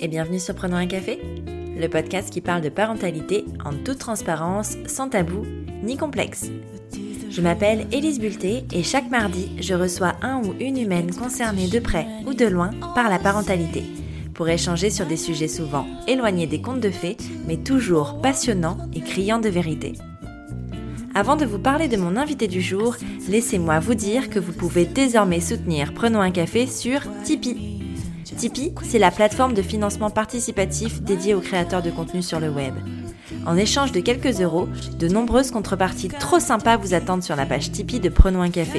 et bienvenue sur Prenons un café, le podcast qui parle de parentalité en toute transparence, sans tabou ni complexe. Je m'appelle Élise Bulté et chaque mardi, je reçois un ou une humaine concernée de près ou de loin par la parentalité pour échanger sur des sujets souvent éloignés des contes de fées, mais toujours passionnants et criants de vérité. Avant de vous parler de mon invité du jour, laissez-moi vous dire que vous pouvez désormais soutenir Prenons un café sur Tipeee. Tipeee, c'est la plateforme de financement participatif dédiée aux créateurs de contenu sur le web. En échange de quelques euros, de nombreuses contreparties trop sympas vous attendent sur la page Tipeee de Prenons un café.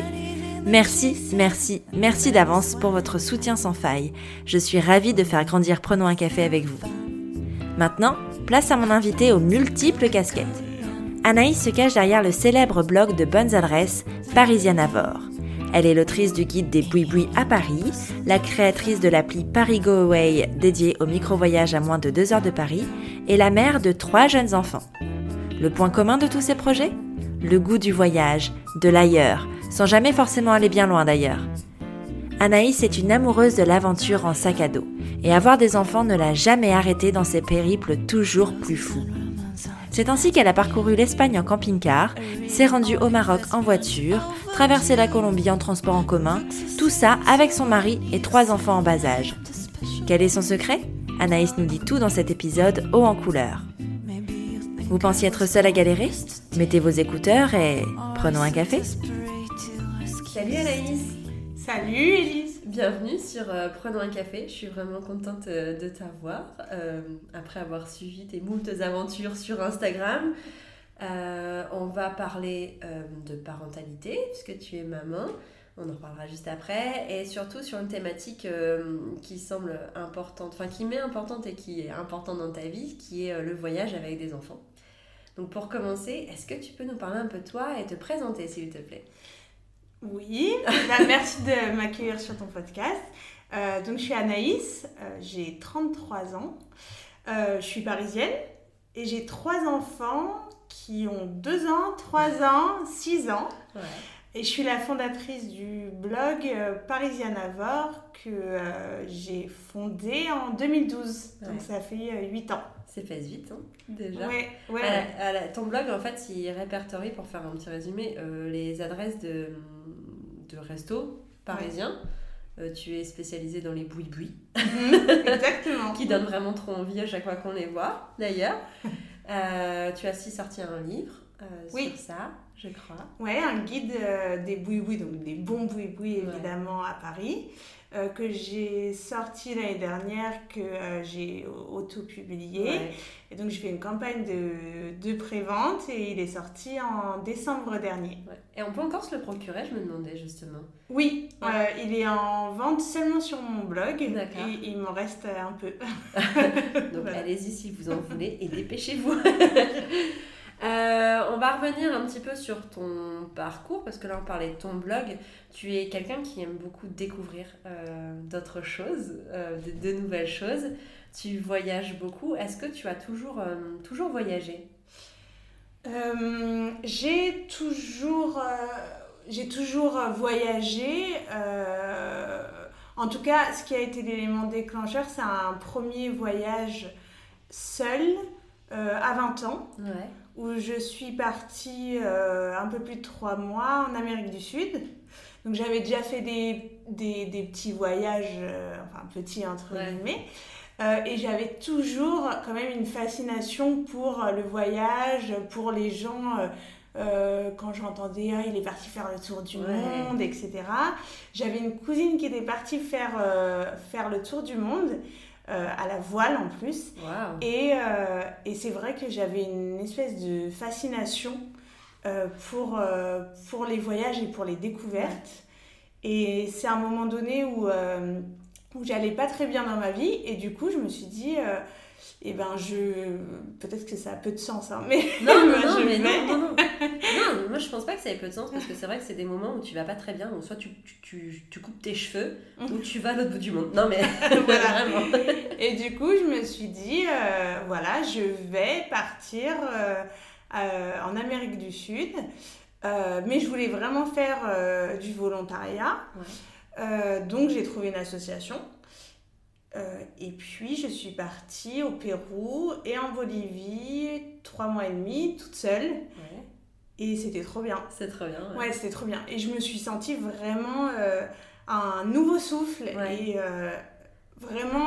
Merci d'avance pour votre soutien sans faille. Je suis ravie de faire grandir Prenons un café avec vous. Maintenant, place à mon invité aux multiples casquettes. Anaïs se cache derrière le célèbre blog de bonnes adresses Parisian Avor. Elle est l'autrice du guide des boui-boui à Paris, la créatrice de l'appli Paris Go Away dédiée au micro-voyage à moins de 2 heures de Paris et la mère de 3 jeunes enfants. Le point commun de tous ces projets ? Le goût du voyage, de l'ailleurs, sans jamais forcément aller bien loin d'ailleurs. Anaïs est une amoureuse de l'aventure en sac à dos et avoir des enfants ne l'a jamais arrêtée dans ses périples toujours plus fous. C'est ainsi qu'elle a parcouru l'Espagne en camping-car, s'est rendue au Maroc en voiture, traversé la Colombie en transport en commun, tout ça avec son mari et 3 enfants en bas âge. Quel est son secret ? Anaïs nous dit tout dans cet épisode haut en couleur. Vous pensiez être seule à galérer ? Mettez vos écouteurs et prenons un café. Salut Anaïs. Salut Élise. Bienvenue sur Prenons un café. Je suis vraiment contente de t'avoir. Après avoir suivi tes moultes aventures sur Instagram, on va parler de parentalité, puisque tu es maman. On en reparlera juste après. Et surtout sur une thématique qui semble importante, enfin qui m'est importante et qui est importante dans ta vie, qui est le voyage avec des enfants. Donc pour commencer, est-ce que tu peux nous parler un peu de toi et te présenter, s'il te plaît ? Oui, merci de m'accueillir sur ton podcast. Donc je suis Anaïs, j'ai 33 ans, je suis parisienne et j'ai 3 enfants qui ont 2 ans, 3 ans, 6 ans. Ouais. Et je suis la fondatrice du blog Parisian Avor que j'ai fondé en 2012. Ouais. Donc ça fait 8 ans. Ça passe vite, hein, déjà. Ouais. Ton blog, en fait, il répertorie, pour faire un petit résumé, les adresses de restos parisiens. Ouais. Tu es spécialisée dans les boui-boui. Exactement. Qui donnent vraiment trop envie à chaque fois qu'on les voit, d'ailleurs. Tu as aussi sorti un livre sur ça, je crois. Ouais, un guide des boui-boui, donc des bons boui-boui, évidemment, à Paris. Que j'ai sorti l'année dernière, que j'ai auto-publié. Ouais. Et donc, j'ai fait une campagne de pré-vente et il est sorti en décembre dernier. Ouais. Et on peut encore se le procurer, je me demandais justement. Oui, il est en vente seulement sur mon blog. D'accord. Et il m'en reste un peu. Donc, voilà. Allez-y si vous en voulez et dépêchez-vous. On va revenir un petit peu sur ton parcours, parce que là on parlait de ton blog. Tu es quelqu'un qui aime beaucoup découvrir d'autres choses, de nouvelles choses. Tu voyages beaucoup. Est-ce que tu as toujours voyagé ? J'ai toujours voyagé. En tout cas, ce qui a été l'élément déclencheur, c'est un premier voyage seul à 20 ans. Ouais. Où je suis partie un peu plus de 3 mois en Amérique du Sud. Donc j'avais déjà fait des petits voyages, enfin petits entre guillemets, et j'avais toujours quand même une fascination pour le voyage, pour les gens. Quand j'entendais il est parti faire le tour du monde, etc. J'avais une cousine qui était partie faire le tour du monde. À la voile en plus. Wow. Et c'est vrai que j'avais une espèce de fascination pour les voyages et pour les découvertes. Et c'est à un moment donné où j'allais pas très bien dans ma vie et du coup je me suis dit peut-être que ça a peu de sens, hein, mais non, moi je pense pas que ça ait peu de sens, parce que c'est vrai que c'est des moments où tu vas pas très bien, où soit tu coupes tes cheveux ou tu vas à l'autre bout du monde. Non mais voilà. Vraiment. Et du coup je me suis dit je vais partir en Amérique du Sud, mais je voulais vraiment faire du volontariat. Ouais. Donc j'ai trouvé une association Et puis, je suis partie au Pérou et en Bolivie 3 mois et demi, toute seule. Ouais. Et c'était trop bien. C'est trop bien. Ouais, c'était trop bien. Et je me suis sentie vraiment un nouveau souffle et vraiment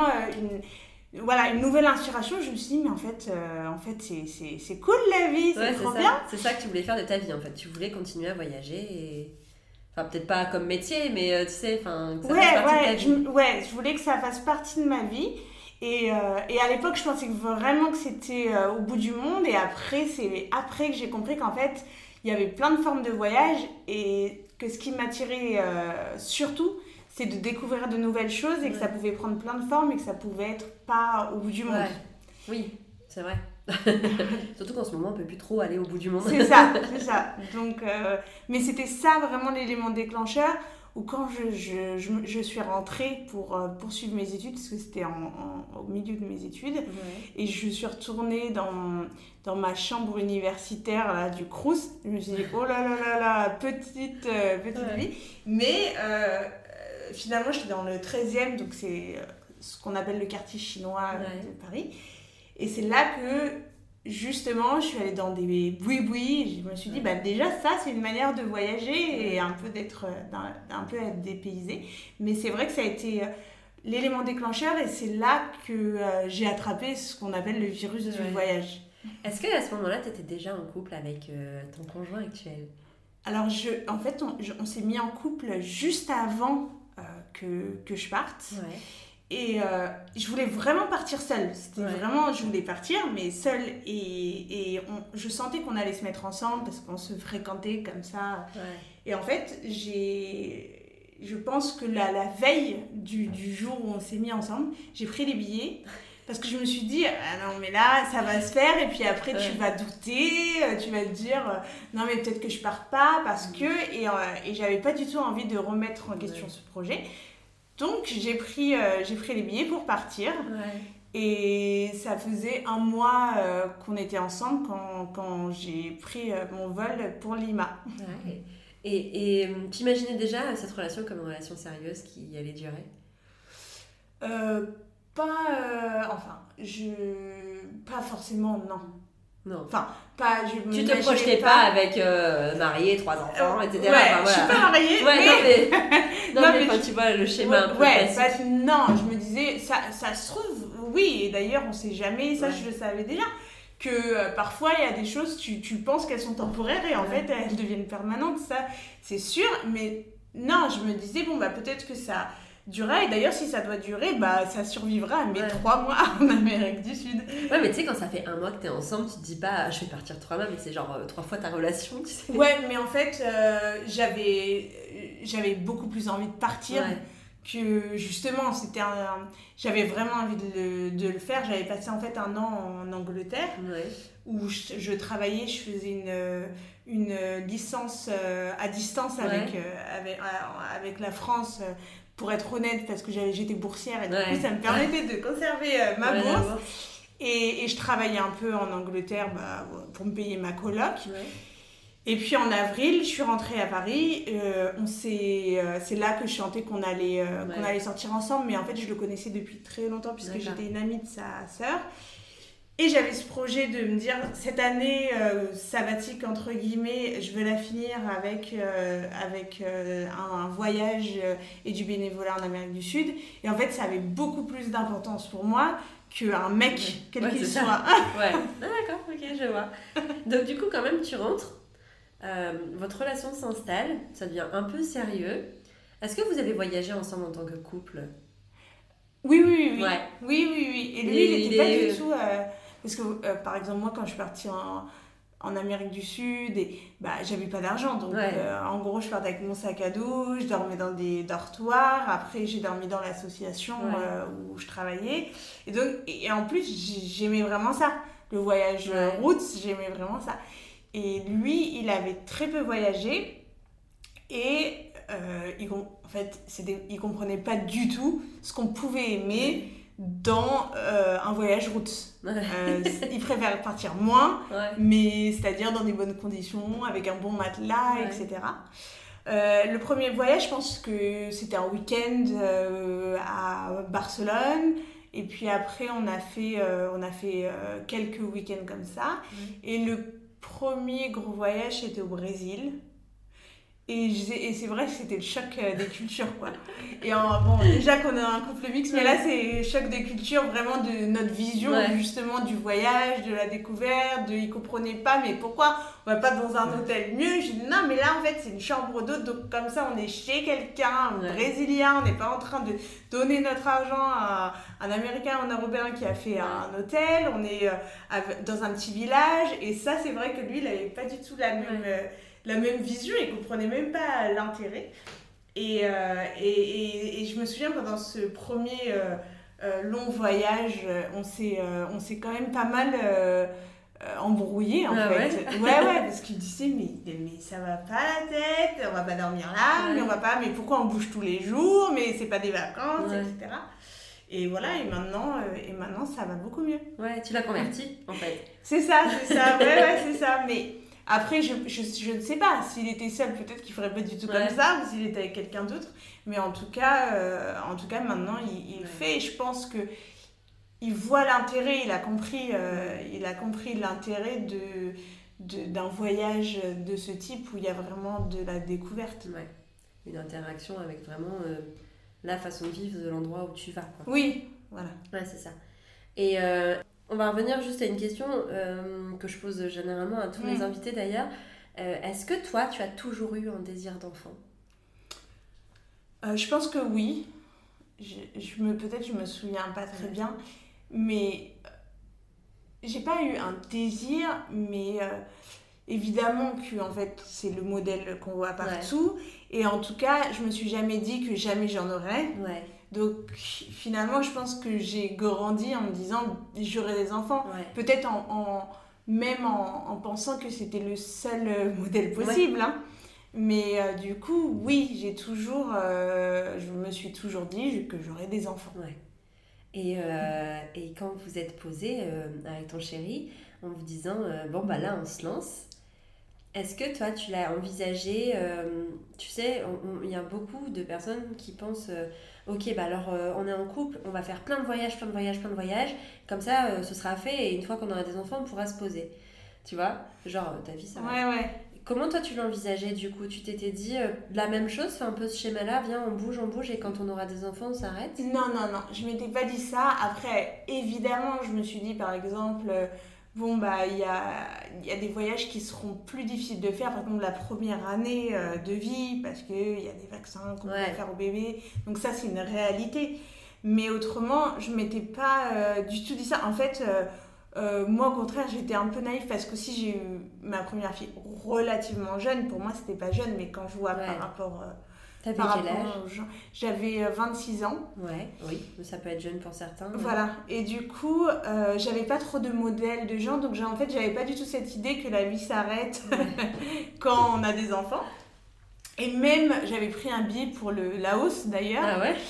une nouvelle inspiration. Je me suis dit, mais en fait c'est cool la vie, c'est trop bien. C'est ça que tu voulais faire de ta vie, en fait. Tu voulais continuer à voyager et... Enfin, peut-être pas comme métier, mais tu sais, que ça fasse partie de ta vie. Je voulais que ça fasse partie de ma vie. Et à l'époque, je pensais vraiment que c'était au bout du monde. Et après, c'est après que j'ai compris qu'en fait, il y avait plein de formes de voyage. Et que ce qui m'attirait surtout, c'est de découvrir de nouvelles choses et que ça pouvait prendre plein de formes et que ça pouvait être pas au bout du monde. Oui, c'est vrai. Surtout qu'en ce moment, on peut plus trop aller au bout du monde. C'est ça. Donc, mais c'était ça vraiment l'élément déclencheur. Ou quand je suis rentrée pour poursuivre mes études, parce que c'était au milieu de mes études, et je suis retournée dans ma chambre universitaire là, du Crous. Je me suis dit, oh là là là là, petite vie. Mais finalement, j'étais dans le 13e, donc c'est ce qu'on appelle le quartier chinois de Paris. Et c'est là que, justement, je suis allée dans des boui-boui. Je me suis dit, déjà, ça, c'est une manière de voyager et un peu être dépaysée. Mais c'est vrai que ça a été l'élément déclencheur et c'est là que j'ai attrapé ce qu'on appelle le virus du voyage. Est-ce qu'à ce moment-là, tu étais déjà en couple avec ton conjoint actuel ? Alors, en fait, on s'est mis en couple juste avant que je parte. Ouais. Et je voulais vraiment partir seule. Je voulais partir, mais seule. Et je sentais qu'on allait se mettre ensemble parce qu'on se fréquentait comme ça. Ouais. Et en fait, je pense que la veille du jour où on s'est mis ensemble, j'ai pris les billets parce que je me suis dit, ah non, mais là, ça va se faire. Et puis après, tu vas douter, tu vas te dire, non, mais peut-être que je pars pas parce que... Et j'avais pas du tout envie de remettre en question ce projet. Donc, j'ai pris les billets pour partir. Ouais. Et ça faisait 1 mois qu'on était ensemble quand j'ai pris mon vol pour Lima. Ouais. Et tu imaginais déjà cette relation comme une relation sérieuse qui allait durer ? Pas forcément, non. Non. Enfin, tu te projetais pas avec marié, 3 enfants, etc. Ouais, enfin, voilà. Je suis pas mariée, mais tu vois le schéma un peu classique. Non, je me disais, ça se trouve, oui, et d'ailleurs on sait jamais, ça je le savais déjà, que parfois il y a des choses, tu penses qu'elles sont temporaires et en fait elles deviennent permanentes, ça c'est sûr, mais non, je me disais, peut-être que ça durer. Et d'ailleurs, si ça doit durer, ça survivra à mes 3 mois en Amérique du Sud. Ouais, mais tu sais, quand ça fait 1 mois que t'es ensemble, tu te dis pas, je vais partir 3 mois, mais c'est genre 3 fois ta relation, tu sais. Ouais, mais en fait, j'avais beaucoup plus envie de partir que justement, j'avais vraiment envie de le faire. J'avais passé en fait 1 an en Angleterre où je travaillais, je faisais une licence à distance avec la France. Pour être honnête, parce que j'étais boursière et du coup, ça me permettait de conserver ma bourse. Et je travaillais un peu en Angleterre pour me payer ma coloc. Ouais. Et puis en avril, je suis rentrée à Paris. C'est là que je sentais qu'on allait sortir ensemble. Mais en fait, je le connaissais depuis très longtemps puisque j'étais une amie de sa sœur. Et j'avais ce projet de me dire, cette année sabbatique, entre guillemets, je veux la finir avec un voyage et du bénévolat en Amérique du Sud. Et en fait, ça avait beaucoup plus d'importance pour moi qu'un mec, quel qu'il soit. Ouais, d'accord, ok, je vois. Donc du coup, quand même, tu rentres, votre relation s'installe, ça devient un peu sérieux. Est-ce que vous avez voyagé ensemble en tant que couple ? Oui. Ouais. Oui. Et lui, il n'était pas du tout... Parce que, par exemple, moi, quand je suis partie en Amérique du Sud, j'avais pas d'argent. Donc, en gros, je partais avec mon sac à dos, je dormais dans des dortoirs. Après, j'ai dormi dans l'association où je travaillais. Et en plus, j'aimais vraiment ça. Le voyage route, j'aimais vraiment ça. Et lui, il avait très peu voyagé. Et il comprenait pas du tout ce qu'on pouvait aimer dans un voyage route. Il préfère partir moins, mais c'est-à-dire dans des bonnes conditions, avec un bon matelas, etc. Le premier voyage, je pense que c'était un week-end à Barcelone. Et puis après, on a fait quelques week-ends comme ça. Et le premier gros voyage, c'était au Brésil. Et c'est vrai que c'était le choc des cultures, quoi. Et bon, déjà qu'on a un couple mixte, mais là, c'est le choc des cultures, vraiment de notre vision, justement, du voyage, de la découverte, ils comprenaient pas, mais pourquoi on va pas dans un hôtel mieux? J'ai dit, non, mais là, en fait, c'est une chambre d'hôte, donc comme ça, on est chez quelqu'un, un Brésilien, on n'est pas en train de donner notre argent à un Américain ou un Européen qui a fait un hôtel, on est dans un petit village, et ça, c'est vrai que lui, il avait pas du tout la même vision, il comprenait même pas l'intérêt. Et je me souviens, pendant ce premier long voyage, on s'est quand même pas mal embrouillé, en fait. Ouais, parce qu'il disait, mais ça va pas la tête, on va pas dormir là, mais pourquoi on bouge tous les jours, mais c'est pas des vacances, etc. Et voilà, et maintenant, ça va beaucoup mieux. Ouais, tu l'as converti, en fait. C'est ça, c'est ça, mais... Après, je ne sais pas, s'il était seul, peut-être qu'il ne ferait pas du tout comme ça, ou s'il était avec quelqu'un d'autre. Mais en tout cas maintenant, il fait. Et je pense qu'il voit l'intérêt, il a compris l'intérêt d'un voyage de ce type où il y a vraiment de la découverte. Ouais. Une interaction avec vraiment la façon de vivre de l'endroit où tu vas, quoi. Oui, voilà. Ouais, c'est ça. Et... on va revenir juste à une question que je pose généralement à tous mes invités d'ailleurs. Est-ce que toi, tu as toujours eu un désir d'enfant ? Je pense que oui. Peut-être je me souviens pas très bien. Mais j'ai pas eu un désir, mais évidemment que en fait, c'est le modèle qu'on voit partout. Et en tout cas, je me suis jamais dit que jamais j'en aurais. Ouais. Donc finalement, je pense que j'ai grandi en me disant j'aurai des enfants. Peut-être même en pensant que c'était le seul modèle possible. Hein. Mais du coup, oui, je me suis toujours dit que j'aurais des enfants. Ouais. Et quand vous êtes posé avec ton chéri, en vous disant bon bah là on se lance, est-ce que toi tu l'as envisagé tu sais, il y a beaucoup de personnes qui pensent ok, bah alors on est en couple, on va faire plein de voyages, comme ça ce sera fait et une fois qu'on aura des enfants on pourra se poser, tu vois, genre ta vie ça va. Ouais. Comment toi tu l'envisageais du coup? Tu t'étais dit la même chose, fais un peu ce schéma là, viens on bouge et quand on aura des enfants on s'arrête? Non, je m'étais pas dit ça. Après évidemment je me suis dit par exemple bon bah il y a des voyages qui seront plus difficiles de faire, par exemple la première année de vie, parce qu'il y a des vaccins qu'on peut faire au bébé, donc ça c'est une réalité. Mais autrement je m'étais pas du tout dit ça. En fait moi au contraire j'étais un peu naïve, parce que si j'ai eu ma première fille relativement jeune, pour moi c'était pas jeune, mais quand je vois par rapport T'avais quel âge? J'avais 26 ans. Oui, mais ça peut être jeune pour certains. Voilà, et du coup, j'avais pas trop de modèles de gens, donc en fait, j'avais pas du tout cette idée que la vie s'arrête quand on a des enfants. Et même, j'avais pris un billet pour le Laos d'ailleurs. Ah ouais.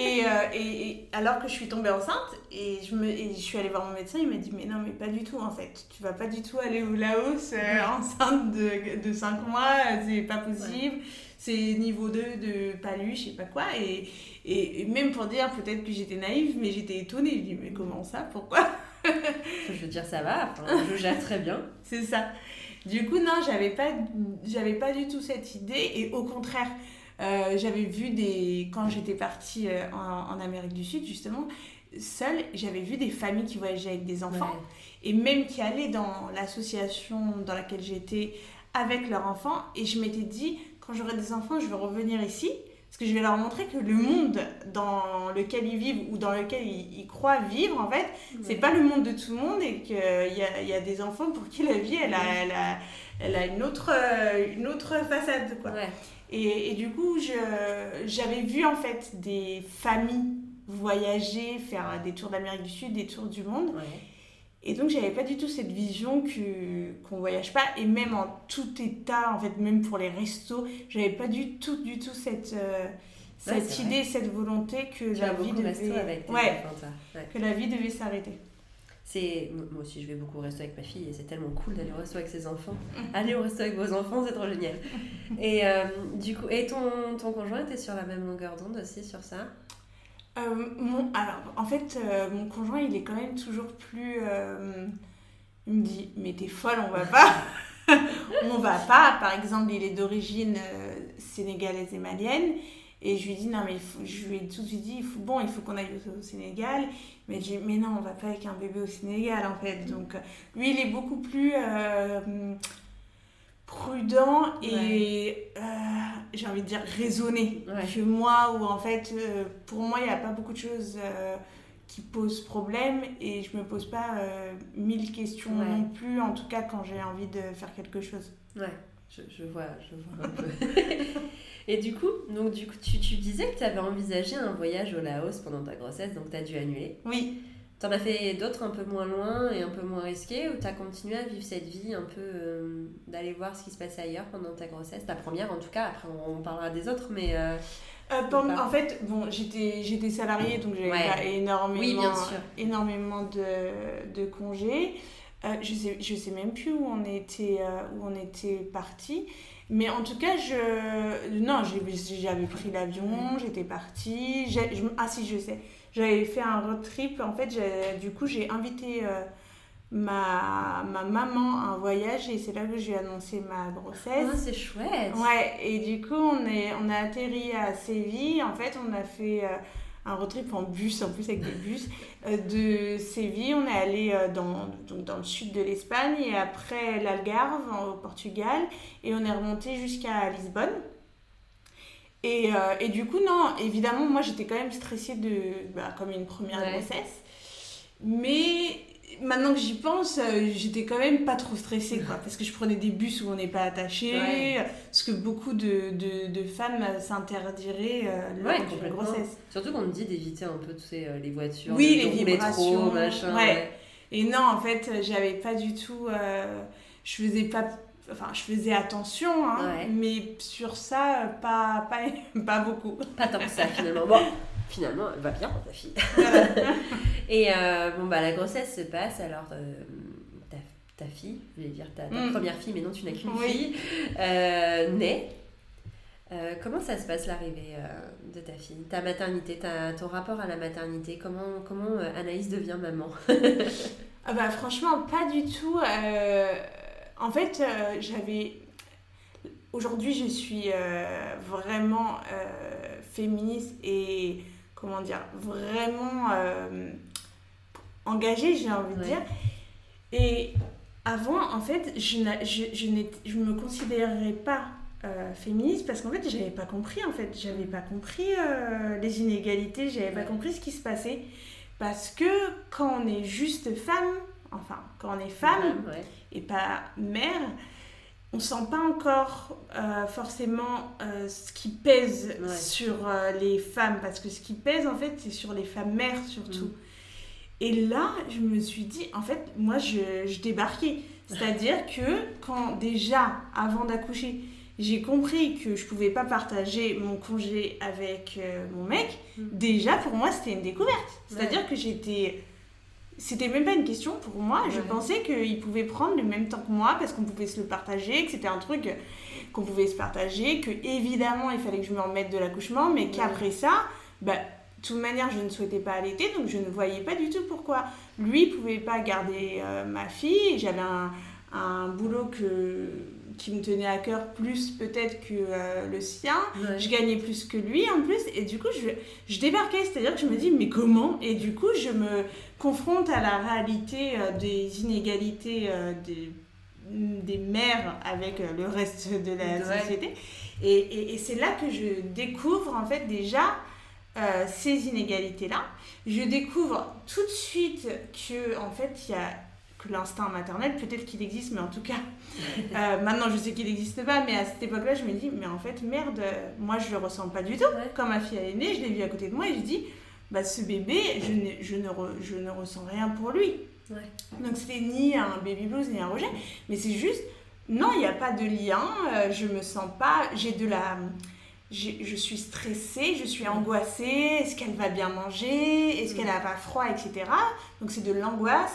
et alors que je suis tombée enceinte, et je suis allée voir mon médecin, il m'a dit mais non, mais pas du tout en fait. Tu vas pas du tout aller au Laos enceinte de 5 mois, c'est pas possible. Ouais. C'est niveau 2 de palu, je sais pas quoi. Et même pour dire, peut-être que j'étais naïve, mais j'étais étonnée. Je dis mais comment ça, pourquoi? Je veux dire ça va, je gère très bien. C'est ça. Du coup, non, j'avais pas du tout cette idée, et au contraire, j'avais vu quand j'étais partie en Amérique du Sud, justement, seule, j'avais vu des familles qui voyageaient avec des enfants, et même qui allaient dans l'association dans laquelle j'étais avec leurs enfants, et je m'étais dit, quand j'aurai des enfants, je veux revenir ici, parce que je vais leur montrer que le monde dans lequel ils vivent ou dans lequel ils croient vivre, en fait, c'est pas le monde de tout le monde, et qu'il y a des enfants pour qui la vie, elle a une autre façade, quoi. Ouais. Et du coup, j'avais vu, en fait, des familles voyager, faire des tours d'Amérique du Sud, des tours du monde. Ouais. Et donc, j'avais pas du tout cette vision qu'on voyage pas. Et même en tout état, en fait, même pour les restos, j'avais pas du tout cette idée, cette volonté que la vie devait... avec tes enfants, que la vie devait s'arrêter. Moi aussi, je vais beaucoup au resto avec ma fille et c'est tellement cool d'aller au resto avec ses enfants. Allez au resto avec vos enfants, c'est trop génial. Et du coup, et ton conjoint était sur la même longueur d'onde aussi sur ça? Alors, en fait, mon conjoint, il est quand même toujours plus... il me dit, mais t'es folle, on va pas. On va pas. Par exemple, il est d'origine sénégalaise et malienne. Et je lui dis, non, mais je lui ai tout de suite dit, il faut qu'on aille au Sénégal. Mais je dis, mais non, on va pas avec un bébé au Sénégal, en fait. Donc, lui, il est beaucoup plus prudent et, j'ai envie de dire, raisonné que moi, où en fait, pour moi, il n'y a pas beaucoup de choses qui posent problème et je me pose pas 1000 questions non plus, en tout cas quand j'ai envie de faire quelque chose. Ouais, je vois un peu. Et du coup, tu disais que tu avais envisagé un voyage au Laos pendant ta grossesse, donc tu as dû annuler. Oui. T'en as fait d'autres un peu moins loin et un peu moins risqués, ou t'as continué à vivre cette vie un peu d'aller voir ce qui se passait ailleurs pendant ta grossesse, ta première en tout cas, après on parlera des autres, mais... en fait, j'étais salariée, donc j'avais pas énormément de congés. Je sais même plus où on était partis. Mais en tout cas, j'avais pris l'avion, j'étais partie. Je sais. J'avais fait un road trip. En fait, du coup, j'ai invité ma maman à un voyage et c'est là que je lui ai annoncé ma grossesse. Ah, c'est chouette. Ouais, et du coup, on a atterri à Séville. En fait, on a fait un road trip en bus, en plus avec des bus. De Séville, on est allé dans le sud de l'Espagne et après l'Algarve, au Portugal. Et on est remonté jusqu'à Lisbonne. Et du coup, non, évidemment, moi, j'étais quand même stressée comme une première grossesse. Mais maintenant que j'y pense, j'étais quand même pas trop stressée, quoi. Parce que je prenais des bus où on n'est pas attaché. Ce que beaucoup de femmes s'interdiraient lors d'une grossesse. Surtout qu'on me dit d'éviter un peu les voitures, les vibrations, trop, machin. Ouais. Et non, en fait, j'avais pas du tout... je faisais attention, mais sur ça, pas beaucoup. Pas tant que ça, finalement. Bon, finalement, elle va bien, ta fille. Et la grossesse se passe, alors ta fille, je voulais dire ta première fille, mais non, tu n'as qu'une fille, naît. Comment ça se passe l'arrivée de ta fille, ta maternité, ton rapport à la maternité, comment Anaïs devient maman? Franchement, pas du tout. En fait, aujourd'hui, je suis vraiment féministe et, comment dire, vraiment engagée, j'ai envie de dire. Et avant, en fait, je me considérais pas féministe parce qu'en fait, j'avais pas compris, les inégalités, j'avais pas compris ce qui se passait. Parce que quand on est juste femme, et pas mère, on sent pas encore forcément ce qui pèse sur les femmes, parce que ce qui pèse en fait c'est sur les femmes mères surtout. Et là je me suis dit, en fait moi je débarquais, c'est-à-dire que quand déjà avant d'accoucher j'ai compris que je pouvais pas partager mon congé avec mon mec, déjà pour moi c'était une découverte, c'est-à-dire que c'était même pas une question pour moi, je pensais qu'il pouvait prendre le même temps que moi parce qu'on pouvait se le partager, que c'était un truc qu'on pouvait se partager, que évidemment il fallait que je me remette de l'accouchement, mais qu'après ça, de toute manière je ne souhaitais pas allaiter, donc je ne voyais pas du tout pourquoi lui pouvait pas garder ma fille. J'avais un boulot qui me tenait à cœur plus peut-être que le sien. Je gagnais plus que lui en plus, et du coup je débarquais, c'est-à-dire que je me dis mais comment, et du coup je me confronte à la réalité des inégalités des mères avec le reste de la société, et c'est là que je découvre en fait déjà ces inégalités-là. Je découvre tout de suite que en fait il y a que l'instinct maternel, peut-être qu'il existe, mais en tout cas, maintenant je sais qu'il n'existe pas, mais à cette époque-là, je me dis, mais en fait, merde, moi je le ressens pas du tout. Quand ma fille elle est née, je l'ai vue à côté de moi et je dis, ce bébé, je ne ressens rien pour lui. Donc c'était ni un baby blues, ni un rejet, mais c'est juste, non, il n'y a pas de lien, je me sens pas, je suis stressée, je suis angoissée, est-ce qu'elle va bien manger, est-ce qu'elle n'a pas froid, etc. Donc c'est de l'angoisse.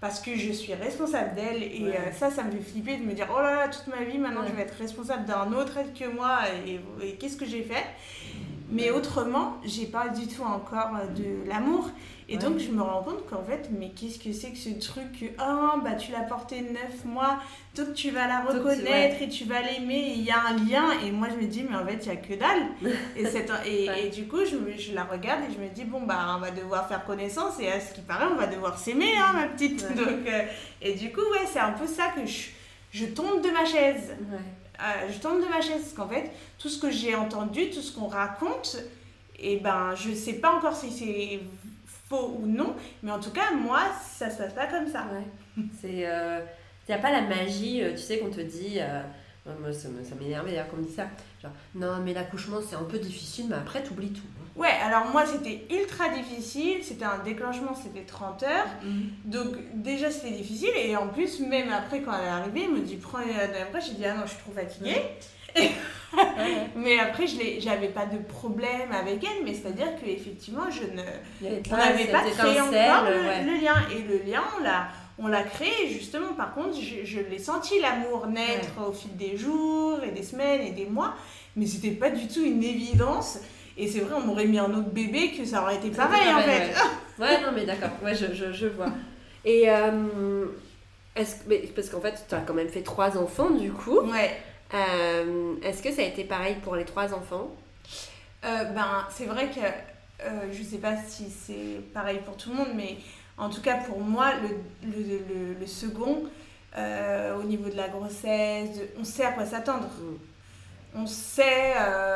parce que je suis responsable d'elle et ça me fait flipper de me dire oh là là, toute ma vie maintenant je vais être responsable d'un autre être que moi et qu'est-ce que j'ai fait. Mais autrement, j'ai pas du tout encore de l'amour. Et donc, je me rends compte qu'en fait, mais qu'est-ce que c'est que ce truc bah tu l'as porté 9 mois, donc tu vas la reconnaître et tu vas l'aimer, il y a un lien. Et moi, je me dis, mais en fait, il n'y a que dalle. Et du coup, je la regarde et je me dis, bon, bah, on va devoir faire connaissance et à ce qui paraît, on va devoir s'aimer, hein, ma petite. Donc, et du coup, c'est un peu ça que je tombe de ma chaise. Je tombe de ma chaise parce qu'en fait, tout ce que j'ai entendu, tout ce qu'on raconte, et ben, je sais pas encore si c'est faux ou non, mais en tout cas, moi, ça se passe pas comme ça. C'est, y a pas la magie, tu sais, qu'on te dit, moi, ça m'énerve d'ailleurs qu'on me dit ça, genre, non, mais l'accouchement, c'est un peu difficile, mais après, t'oublies tout. Ouais, alors moi, c'était ultra difficile, c'était un déclenchement, c'était 30 heures, donc déjà, c'était difficile, et en plus, même après, quand elle est arrivée, elle me dit, prends après, j'ai dit, ah non, je suis trop fatiguée. Mais après, j'avais pas de problème avec elle, mais c'est-à-dire qu'effectivement, on n'avait pas créé encore le lien. Et le lien, on l'a créé, justement. Par contre, je l'ai senti, l'amour naître au fil des jours et des semaines et des mois, mais c'était pas du tout une évidence. Et c'est vrai, on m'aurait mis un autre bébé que ça aurait été pareil, en fait. Ouais, non, mais d'accord, je vois. Et parce qu'en fait, tu as quand même fait 3 enfants, du coup. Est-ce que ça a été pareil pour les 3 enfants ? C'est vrai que je sais pas si c'est pareil pour tout le monde, mais en tout cas pour moi, le second, au niveau de la grossesse, on sait à quoi s'attendre. On sait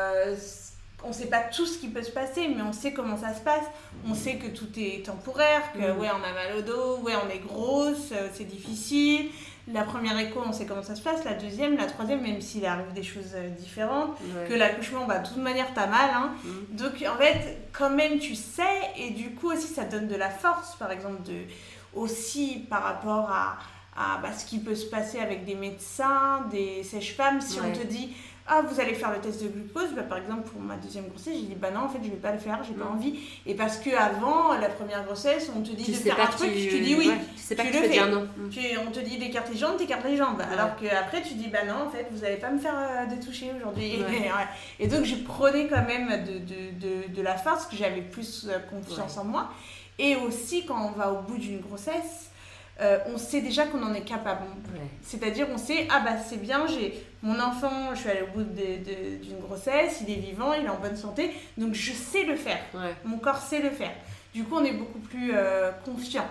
pas tout ce qui peut se passer, mais on sait comment ça se passe. On sait que tout est temporaire, que on a mal au dos, on est grosse, c'est difficile. La première écho, on sait comment ça se passe. La deuxième, la troisième, même s'il arrive des choses différentes, que l'accouchement, de toute manière, t'as mal. Hein. Donc, en fait, quand même, tu sais. Et du coup, aussi, ça donne de la force, par exemple, aussi par rapport à ce qui peut se passer avec des médecins, des sages-femmes. Si on te dit, vous allez faire le test de glucose, par exemple, pour ma deuxième grossesse, j'ai dit, non, en fait, je vais pas le faire, j'ai pas envie. Et parce qu'avant la première grossesse, on te dit de faire un truc, tu dis oui, tu sais pas tu le fais. Dire non. On te dit d'écarter les jambes, t'écartes les jambes. Alors qu'après, tu dis, non, en fait, vous allez pas me faire de toucher aujourd'hui. Et donc, je prenais quand même de la force, parce que j'avais plus confiance en moi. Et aussi, quand on va au bout d'une grossesse, on sait déjà qu'on en est capable. C'est-à-dire, on sait, c'est bien, j'ai mon enfant, je suis allée au bout d'une grossesse, il est vivant, il est en bonne santé, donc je sais le faire. Mon corps sait le faire. Du coup, on est beaucoup plus confiant.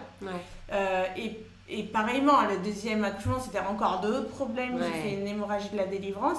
Et pareillement, le deuxième accouchement, c'était encore d'autres problèmes. J'ai fait une hémorragie de la délivrance.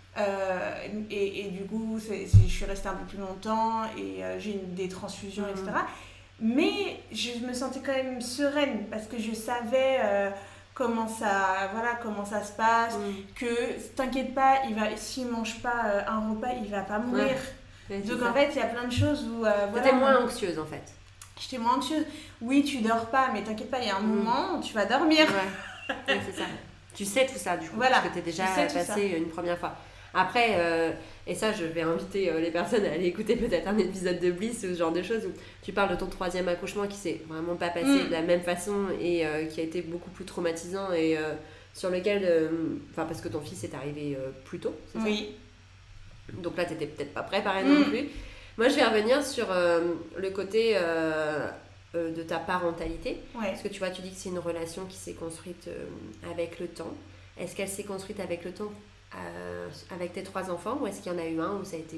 Et du coup, je suis restée un peu plus longtemps et j'ai eu des transfusions, etc. Mais je me sentais quand même sereine parce que je savais comment ça se passe, que t'inquiète pas, s'il mange pas un repas, il va pas mourir. Donc en fait, il y a plein de choses où... T'étais moins anxieuse en fait. J'étais moins anxieuse. Oui, tu dors pas, mais t'inquiète pas, il y a un moment où tu vas dormir. C'est ça. Tu sais tout ça du coup, parce que t'es déjà passé une première fois. Après, et ça, je vais inviter les personnes à aller écouter peut-être un épisode de Bliss ou ce genre de choses où tu parles de ton 3e accouchement qui s'est vraiment pas passé de la même façon et qui a été beaucoup plus traumatisant et sur lequel, parce que ton fils est arrivé plus tôt, c'est ça ? Oui. Donc là, t'étais peut-être pas préparée non plus. Moi, je vais revenir sur le côté de ta parentalité. Parce que tu vois, tu dis que c'est une relation qui s'est construite avec le temps. Est-ce qu'elle s'est construite avec le temps avec tes 3 enfants, ou est-ce qu'il y en a eu un où ça a été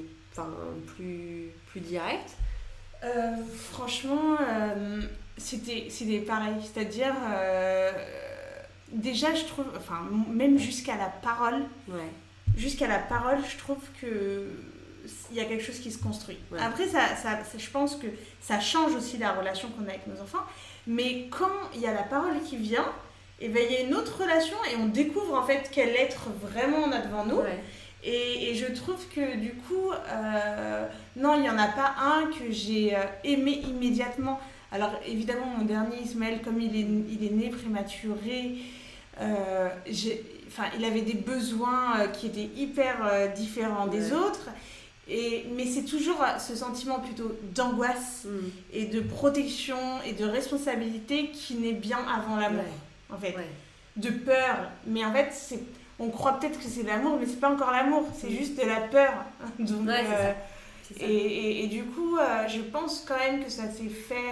plus direct ? Franchement, c'était pareil. C'est-à-dire, déjà, je trouve, même jusqu'à la parole, je trouve que il y a quelque chose qui se construit. Après, je pense que ça change aussi la relation qu'on a avec nos enfants, mais quand il y a la parole qui vient, et il y a une autre relation et on découvre en fait quel être vraiment on a devant nous. Et je trouve que du coup, non, il n'y en a pas un que j'ai aimé immédiatement. Alors évidemment, mon dernier Ismaël, comme il est né prématuré, il avait des besoins qui étaient hyper différents des autres. Mais c'est toujours ce sentiment plutôt d'angoisse et de protection et de responsabilité qui naît bien avant l'amour, en fait. De peur. Mais en fait, on croit peut-être que c'est l'amour, mais c'est pas encore l'amour, c'est juste de la peur. Donc, c'est ça. Et du coup, je pense quand même que ça s'est fait...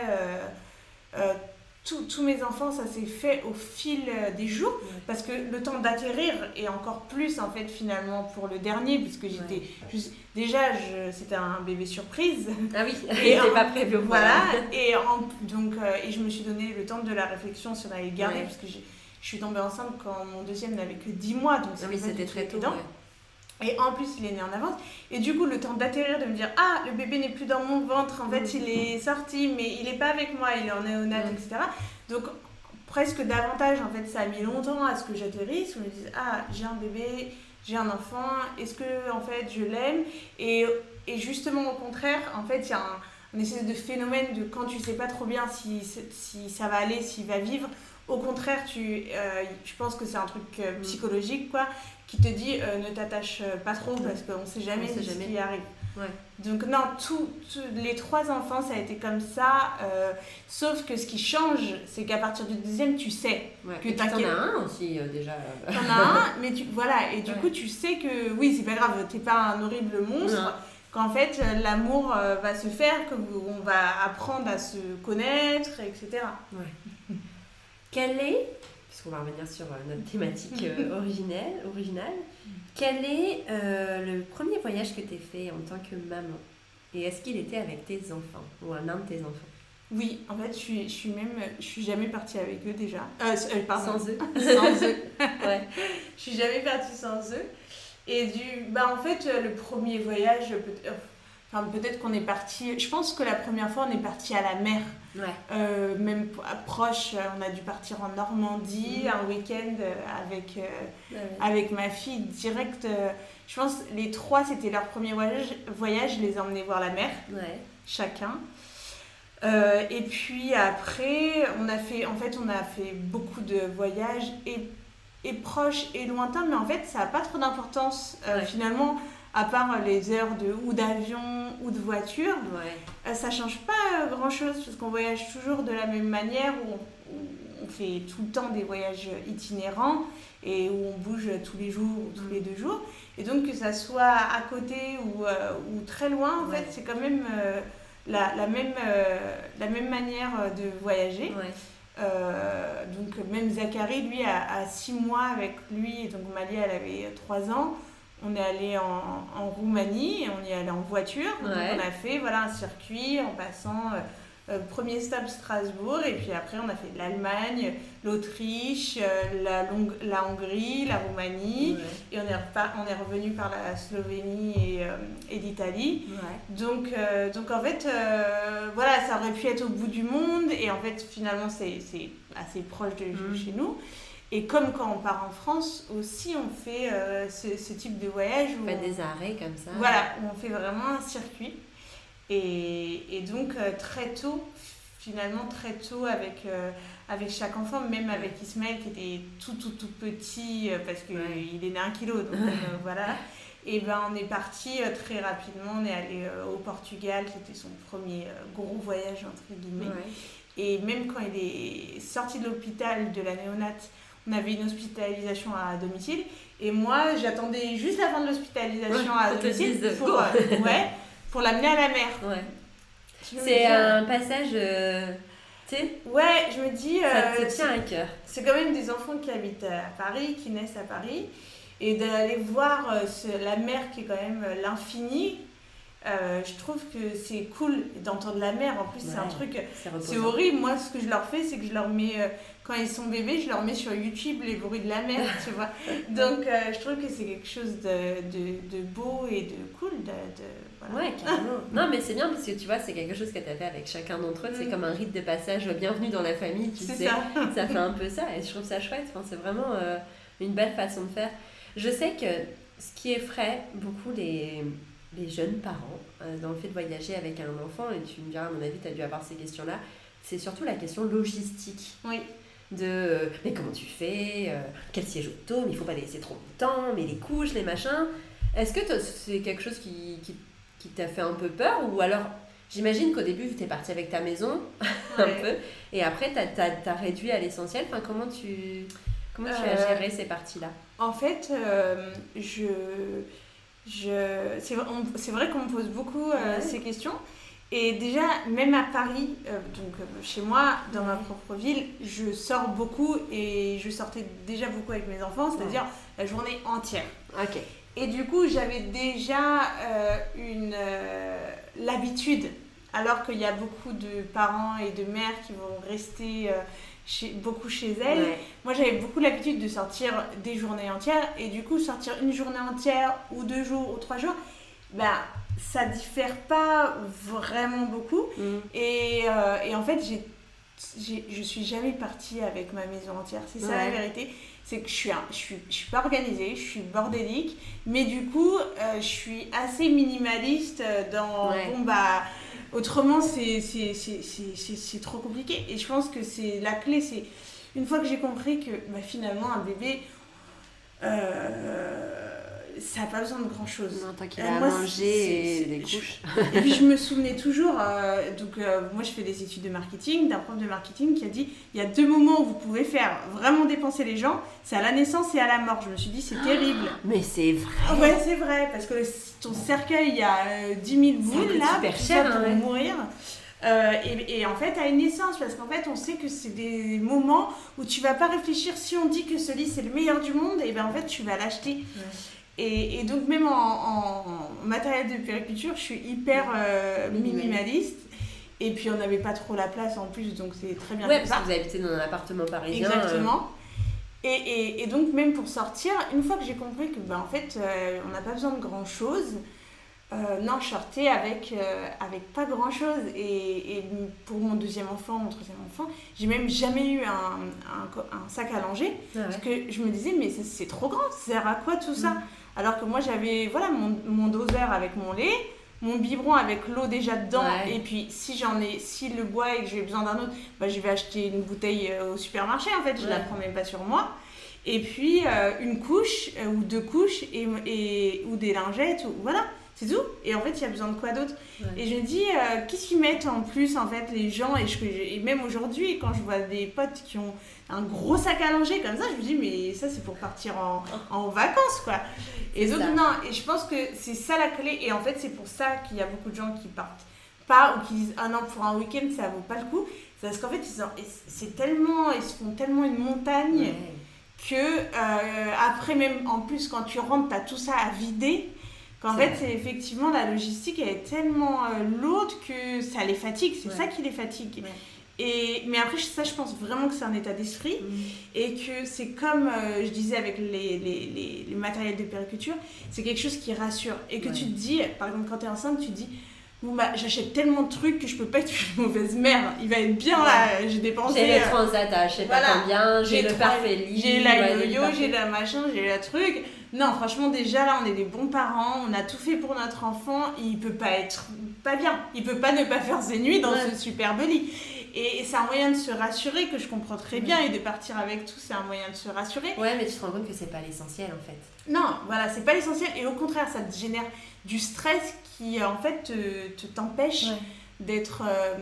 tous mes enfants, ça s'est fait au fil des jours, parce que le temps d'atterrir, et encore plus en fait finalement pour le dernier, puisque j'étais déjà c'était un bébé surprise. Ah oui, c'était pas prévu. Voilà, et je me suis donné le temps de la réflexion si on allait le garder, parce que je suis tombée enceinte quand mon deuxième n'avait que 10 mois, donc c'était très tôt. Et en plus, il est né en avance. Et du coup, le temps d'atterrir, de me dire « Ah, le bébé n'est plus dans mon ventre. En fait, il est sorti, mais il n'est pas avec moi. Il est en néonate, etc. » Donc, presque davantage, en fait, ça a mis longtemps à ce que j'atterrisse. Je me dis « Ah, j'ai un bébé, j'ai un enfant. Est-ce que, en fait, je l'aime ?» Et justement, au contraire, en fait, il y a un espèce de phénomène de quand tu ne sais pas trop bien si ça va aller, s'il va vivre. Au contraire, je pense que c'est un truc psychologique, quoi, qui te dit ne t'attache pas trop parce qu'on ne sait jamais ce qui arrive. Donc non, les 3 enfants, ça a été comme ça, sauf que ce qui change, c'est qu'à partir du deuxième, tu sais que t'en as un aussi déjà. T'en as un, mais voilà, et du coup, tu sais que oui, c'est pas grave, t'es pas un horrible monstre. Qu'en fait, l'amour va se faire, qu'on va apprendre à se connaître, etc. Quel est, puisqu'on va revenir sur notre thématique originale, quel est le premier voyage que tu as fait en tant que maman? Et est-ce qu'il était avec tes enfants ou un de tes enfants? Oui, en fait, je suis jamais partie avec eux déjà. Sans eux. Sans eux. Je suis jamais partie sans eux. Et en fait, le premier voyage, peut-être qu'on est parti. Je pense que la première fois, on est parti à la mer. Même proche, on a dû partir en Normandie un week-end avec ma fille direct. Je pense les 3, c'était leur premier voyage. Je les ai emmenés voir la mer, chacun. Et puis après, on a fait beaucoup de voyages et proches et lointains, mais en fait, ça n'a pas trop d'importance finalement. À part les heures ou d'avion ou de voiture, ça change pas grand-chose parce qu'on voyage toujours de la même manière, où on fait tout le temps des voyages itinérants et où on bouge tous les jours ou tous les 2 jours. Et donc que ça soit à côté ou très loin, en fait, c'est quand même la même manière de voyager. Donc même Zachary, lui, a 6 mois avec lui, et donc Malia, elle avait 3 ans. On est allé en Roumanie et on y est allé en voiture. Donc on a fait un circuit en passant premier stop Strasbourg, et puis après on a fait l'Allemagne, l'Autriche, la Hongrie, la Roumanie, et on est revenu par la Slovénie et l'Italie. Donc en fait ça aurait pu être au bout du monde, et en fait finalement c'est assez proche de chez nous. Et comme quand on part en France aussi, on fait ce type de voyage où on fait des arrêts comme ça. Voilà, où on fait vraiment un circuit. Et donc très tôt avec chaque enfant, même avec Ismaël qui était tout petit parce qu'il est né 1 kilo, donc voilà. Et on est parti très rapidement, on est allé au Portugal, c'était son premier gros voyage entre guillemets. Et même quand il est sorti de l'hôpital de la néonate, on avait une hospitalisation à domicile, et moi j'attendais juste la fin de l'hospitalisation à domicile pour l'amener à la mer. C'est un passage, tu sais. Je me dis. Ça te tient à cœur. C'est quand même des enfants qui habitent à Paris, qui naissent à Paris, et d'aller voir la mer qui est quand même l'infini. Je trouve que c'est cool d'entendre la mer. En plus, c'est un truc, c'est horrible. Moi, ce que je leur fais, c'est que je leur mets, quand ils sont bébés, je leur mets sur YouTube les bruits de la mer, tu vois. Donc, je trouve que c'est quelque chose de beau et de cool. Voilà. Carrément. Non, mais c'est bien parce que tu vois, c'est quelque chose que tu as fait avec chacun d'entre eux. C'est comme un rite de passage, bienvenue dans la famille, tu sais. Ça fait un peu ça, et je trouve ça chouette. Enfin, c'est vraiment une belle façon de faire. Je sais que ce qui effraie beaucoup les jeunes parents dans le fait de voyager avec un enfant, et tu me diras, à mon avis, tu as dû avoir ces questions-là, c'est surtout la question logistique. Mais comment tu fais, quel siège auto, mais il ne faut pas les laisser trop longtemps, mais les couches, les machins. Est-ce que c'est quelque chose qui qui t'a fait un peu peur, ou alors j'imagine qu'au début tu es partie avec ta maison un peu, et après t'as réduit à l'essentiel. Enfin, comment tu as géré ces parties-là? En fait, c'est vrai qu'on me pose beaucoup ces questions. Et déjà, même à Paris, chez moi, dans ma propre ville, je sors beaucoup et je sortais déjà beaucoup avec mes enfants, c'est-à-dire la journée entière. Ok. Et du coup, j'avais déjà l'habitude, alors qu'il y a beaucoup de parents et de mères qui vont rester beaucoup chez elles. Ouais. Moi, j'avais beaucoup l'habitude de sortir des journées entières. Et du coup, sortir une journée entière ou 2 jours ou 3 jours, ça diffère pas vraiment beaucoup. Et en fait, je suis jamais partie avec ma maison entière. C'est ça la vérité. C'est que je suis pas organisée, je suis bordélique, mais du coup, je suis assez minimaliste dans... autrement, c'est trop compliqué. Et je pense que c'est la clé, c'est une fois que j'ai compris que finalement, un bébé... ça n'a pas besoin de grand chose. Non, tant qu'il a à manger et des couches. Et puis je me souvenais toujours, moi je fais des études de marketing, d'un prof de marketing qui a dit il y a 2 moments où vous pouvez faire vraiment dépenser les gens, c'est à la naissance et à la mort. Je me suis dit c'est terrible. Mais c'est vrai. Ouais, c'est vrai, parce que ton cercueil, il y a 10 000 boules là, super cher pour mourir. Et en fait, à une naissance, parce qu'en fait, on sait que c'est des moments où tu vas pas réfléchir. Si on dit que ce lit c'est le meilleur du monde, et en fait, tu vas l'acheter. Et donc même en matériel de puériculture, je suis hyper minimaliste. Et puis on n'avait pas trop la place en plus, donc c'est très bien. Ouais, parce que vous habitez dans un appartement parisien. Exactement. Et donc même pour sortir, une fois que j'ai compris que en fait on n'a pas besoin de grand chose, non, je sortais avec pas grand chose. Et pour mon 2e enfant, mon 3e enfant, j'ai même jamais eu un sac à langer, parce que je me disais mais c'est trop grand, ça sert à quoi tout ça? Alors que moi j'avais mon doseur avec mon lait, mon biberon avec l'eau déjà dedans, et puis si le bois et que j'ai besoin d'un autre, je vais acheter une bouteille au supermarché, en fait je la prends même pas sur moi. Et puis une couche ou 2 couches ou des lingettes, voilà. C'est tout. Et en fait, il y a besoin de quoi d'autre? Et je me dis, qu'est-ce qu'ils mettent en plus, en fait, les gens? Et même aujourd'hui, quand je vois des potes qui ont un gros sac à langer comme ça, je me dis, mais ça, c'est pour partir en vacances, quoi. Et donc, non. Et je pense que c'est ça la clé. Et en fait, c'est pour ça qu'il y a beaucoup de gens qui partent pas ou qui disent, ah non, pour un week-end, ça vaut pas le coup. C'est parce qu'en fait, ils se font tellement une montagne que après, même en plus, quand tu rentres, t'as tout ça à vider. En fait, c'est effectivement la logistique, elle est tellement lourde que ça les fatigue, c'est ça qui les fatigue. Mais après, ça, je pense vraiment que c'est un état d'esprit et que c'est comme je disais avec les matériels de puériculture, c'est quelque chose qui rassure. Et que tu te dis, par exemple, quand tu es enceinte, tu te dis, j'achète tellement de trucs que je peux pas être une mauvaise mère. Il va être bien là, j'ai dépensé. J'ai le transat, je sais pas combien, j'ai le parfait lit, j'ai la yo-yo, j'ai la machin, j'ai la truc. Non, franchement, déjà là, on est des bons parents, on a tout fait pour notre enfant, il peut pas être pas bien, il peut pas ne pas faire ses nuits dans ce superbe lit. Et c'est un moyen de se rassurer que je comprends très bien, et de partir avec tout, c'est un moyen de se rassurer. Ouais, mais tu te rends compte que c'est pas l'essentiel en fait. Non, voilà, c'est pas l'essentiel, et au contraire, ça te génère du stress qui en fait t'empêche d'être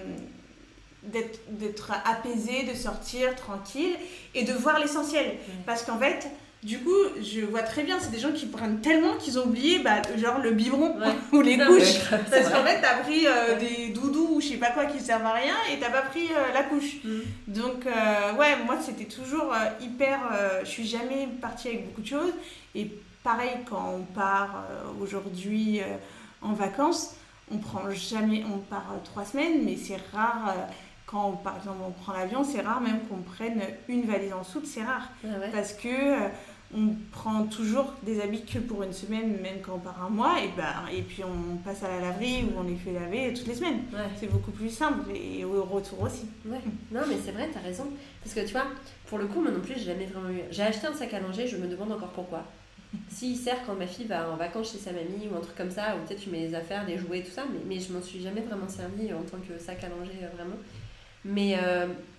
apaisé, de sortir tranquille et de voir l'essentiel. Parce qu'en fait, du coup, je vois très bien, c'est des gens qui prennent tellement qu'ils ont oublié genre le biberon ou les couches. Parce qu'en fait, t'as pris des doudous ou je sais pas quoi qui servent à rien et t'as pas pris la couche. Donc, moi c'était toujours hyper. Je suis jamais partie avec beaucoup de choses. Et pareil, quand on part aujourd'hui en vacances, on part 3 semaines, mais c'est rare. Quand par exemple on prend l'avion, c'est rare même qu'on prenne une valise en soute, c'est rare. Parce que on prend toujours des habits que pour une semaine, même quand on part un mois, et puis on passe à la laverie où on les fait laver toutes les semaines. C'est beaucoup plus simple, et au retour aussi. Non mais c'est vrai, t'as raison. Parce que tu vois, pour le coup, moi non plus, j'ai jamais vraiment eu... J'ai acheté un sac à langer, je me demande encore pourquoi. S'il sert quand ma fille va en vacances chez sa mamie ou un truc comme ça, ou peut-être tu mets les affaires, les jouets, tout ça, mais je m'en suis jamais vraiment servi en tant que sac à langer, vraiment. Mais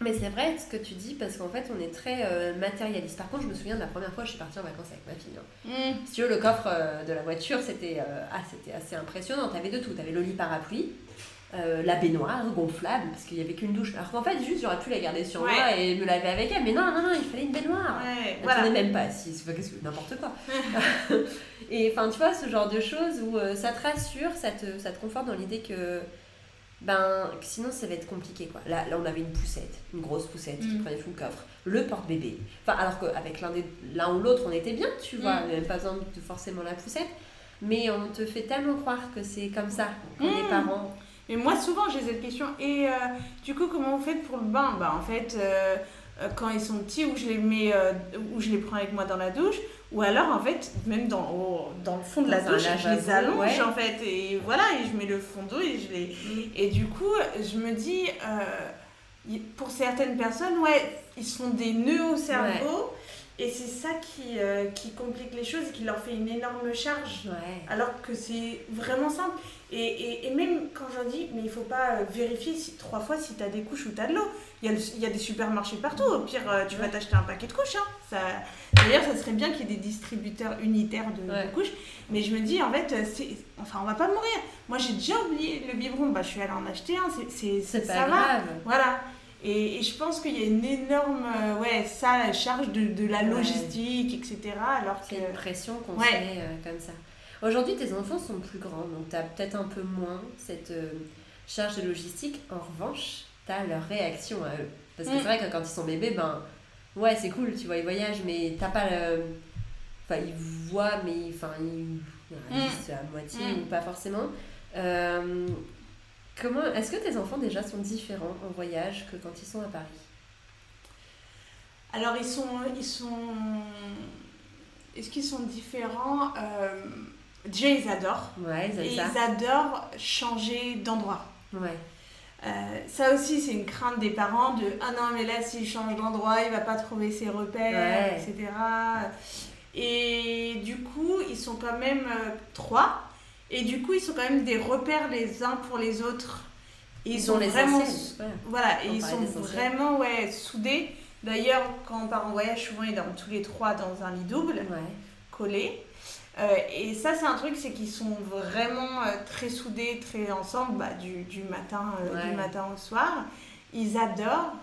Mais c'est vrai ce que tu dis, parce qu'en fait, on est très matérialiste. Par contre, je me souviens de la première fois que je suis partie en vacances avec ma fille. Si tu veux, le coffre de la voiture, c'était assez impressionnant. T'avais de tout. T'avais le lit parapluie, la baignoire gonflable, parce qu'il n'y avait qu'une douche. Alors qu'en fait, juste, j'aurais pu la garder sur moi et me laver avec elle. Mais non, il fallait une baignoire. Elle tenait même pas assise. Qu'est-ce que n'importe quoi. Et enfin, tu vois, ce genre de choses où ça te rassure, ça te conforte dans l'idée que sinon ça va être compliqué quoi. Là on avait une grosse poussette qui prenait tout le coffre, le porte-bébé. Enfin, alors qu'avec l'un ou l'autre on était bien, tu vois, on n'avait même pas besoin de forcément la poussette, mais on te fait tellement croire que c'est comme ça quand les parents. Mais moi souvent j'ai cette question, et du coup comment vous faites pour le bain? En fait quand ils sont petits, où je les mets, où je les prends avec moi dans la douche, ou alors en fait même dans le fond de la douche je les allonge en fait, et voilà, et je mets le fond d'eau et je les et du coup je me dis pour certaines personnes ils se font des nœuds au cerveau, et c'est ça qui complique les choses et qui leur fait une énorme charge, alors que c'est vraiment simple. Et même quand j'en dis, mais il faut pas vérifier 3 fois si tu as des couches ou tu as de l'eau. Il y a des supermarchés partout. Au pire, tu vas t'acheter un paquet de couches. D'ailleurs, ça serait bien qu'il y ait des distributeurs unitaires de couches. Mais je me dis, en fait, on va pas mourir. Moi, j'ai déjà oublié le biberon. Je suis allée en acheter un. C'est pas grave. Voilà. Et je pense qu'il y a une énorme charge de la logistique, etc. Alors c'est une pression qu'on se met comme ça. Aujourd'hui, tes enfants sont plus grands, donc tu as peut-être un peu moins cette charge de logistique. En revanche, tu as leur réaction à eux. Parce que c'est vrai que quand ils sont bébés, c'est cool, tu vois, ils voyagent, mais t'as pas le... Enfin, ils voient, mais ils réagissent à moitié ou pas forcément. Est-ce que tes enfants déjà sont différents en voyage que quand ils sont à Paris? Alors, est-ce qu'ils sont différents? Déjà, ils adorent. Ils adorent changer d'endroit. Ça aussi, c'est une crainte des parents de « Ah non, mais là, s'il change d'endroit, il va pas trouver ses repères, etc. » Et du coup, ils sont quand même 3. Et du coup, ils sont quand même des repères les uns pour les autres. Et ils sont vraiment... Voilà, et ils sont vraiment soudés. D'ailleurs, quand on part en voyage, souvent, ils dorment tous les 3 dans un lit double, collés. Et ça, c'est un truc, c'est qu'ils sont vraiment très soudés, très ensemble, du matin au soir. Ils adorent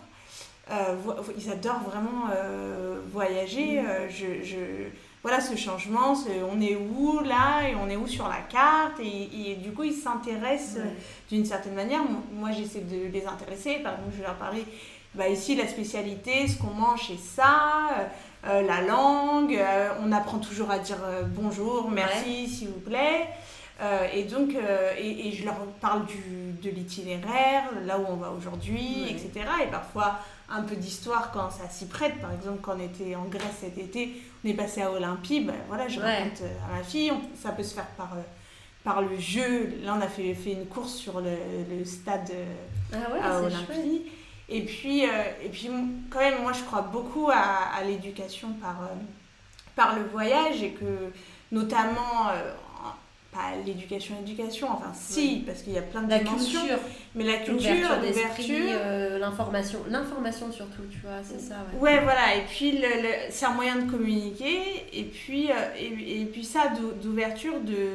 vraiment voyager. Voilà, ce changement, on est où là, et on est où sur la carte, et du coup ils s'intéressent d'une certaine manière. Moi j'essaie de les intéresser, par exemple je vais leur parler, ici la spécialité, ce qu'on mange c'est ça, la langue, on apprend toujours à dire bonjour, merci, s'il vous plaît, et donc et je leur parle de l'itinéraire, là où on va aujourd'hui, etc. Et parfois un peu d'histoire quand ça s'y prête. Par exemple, quand on était en Grèce cet été, on est passé à Olympie, je raconte à ma fille, ça peut se faire par le jeu. Là, on a fait une course sur le stade à Olympie. Et puis, quand même, moi, je crois beaucoup à l'éducation par le voyage, et que, notamment... pas l'éducation, enfin si, parce qu'il y a plein de dimensions. Culture. Mais la culture, l'ouverture, l'information surtout, tu vois, c'est ça. Ouais, voilà, et puis c'est un moyen de communiquer, et puis ça, d'ouverture,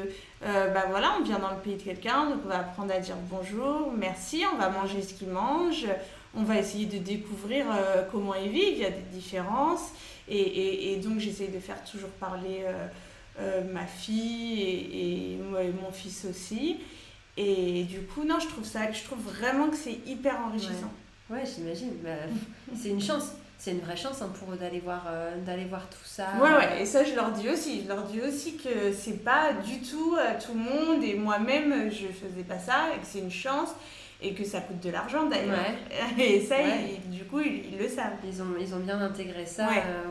on vient dans le pays de quelqu'un, donc on va apprendre à dire bonjour, merci, on va manger ce qu'il mange, on va essayer de découvrir comment ils vivent, il y a des différences, et donc j'essaye de faire toujours parler... ma fille et mon fils aussi, et du coup je trouve vraiment que c'est hyper enrichissant. J'imagine. C'est une vraie chance pour eux d'aller voir tout ça. Et ça je leur dis aussi que c'est pas du tout tout le monde, et moi-même je faisais pas ça, et que c'est une chance, et que ça coûte de l'argent d'ailleurs. Et ça du coup ils le savent. Ils ont bien intégré ça.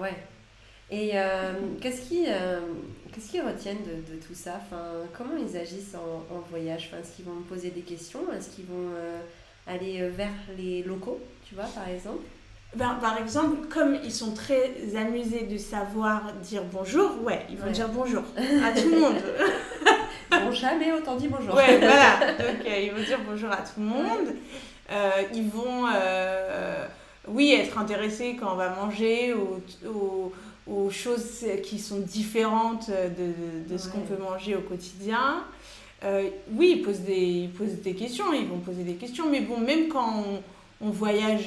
Et qu'est-ce qu'ils retiennent de tout ça? Comment ils agissent en voyage? Est-ce qu'ils vont me poser des questions? Est-ce qu'ils vont aller vers les locaux, tu vois, par exemple? Par exemple, comme ils sont très amusés de savoir dire bonjour, ils vont dire bonjour à tout le monde. Ils n'ont jamais autant dit bonjour. Voilà. Donc, ils vont dire bonjour à tout le monde. Ils vont... oui, être intéressé quand on va manger aux choses qui sont différentes de ce qu'on peut manger au quotidien. Oui, ils posent des questions, ils vont poser des questions, mais bon, même quand on voyage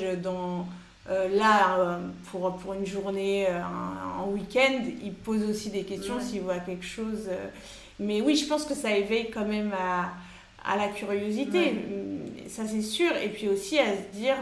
pour une journée, un week-end, ils posent aussi des questions s'ils voient quelque chose. Mais oui, je pense que ça éveille quand même à la curiosité, ça c'est sûr, et puis aussi à se dire...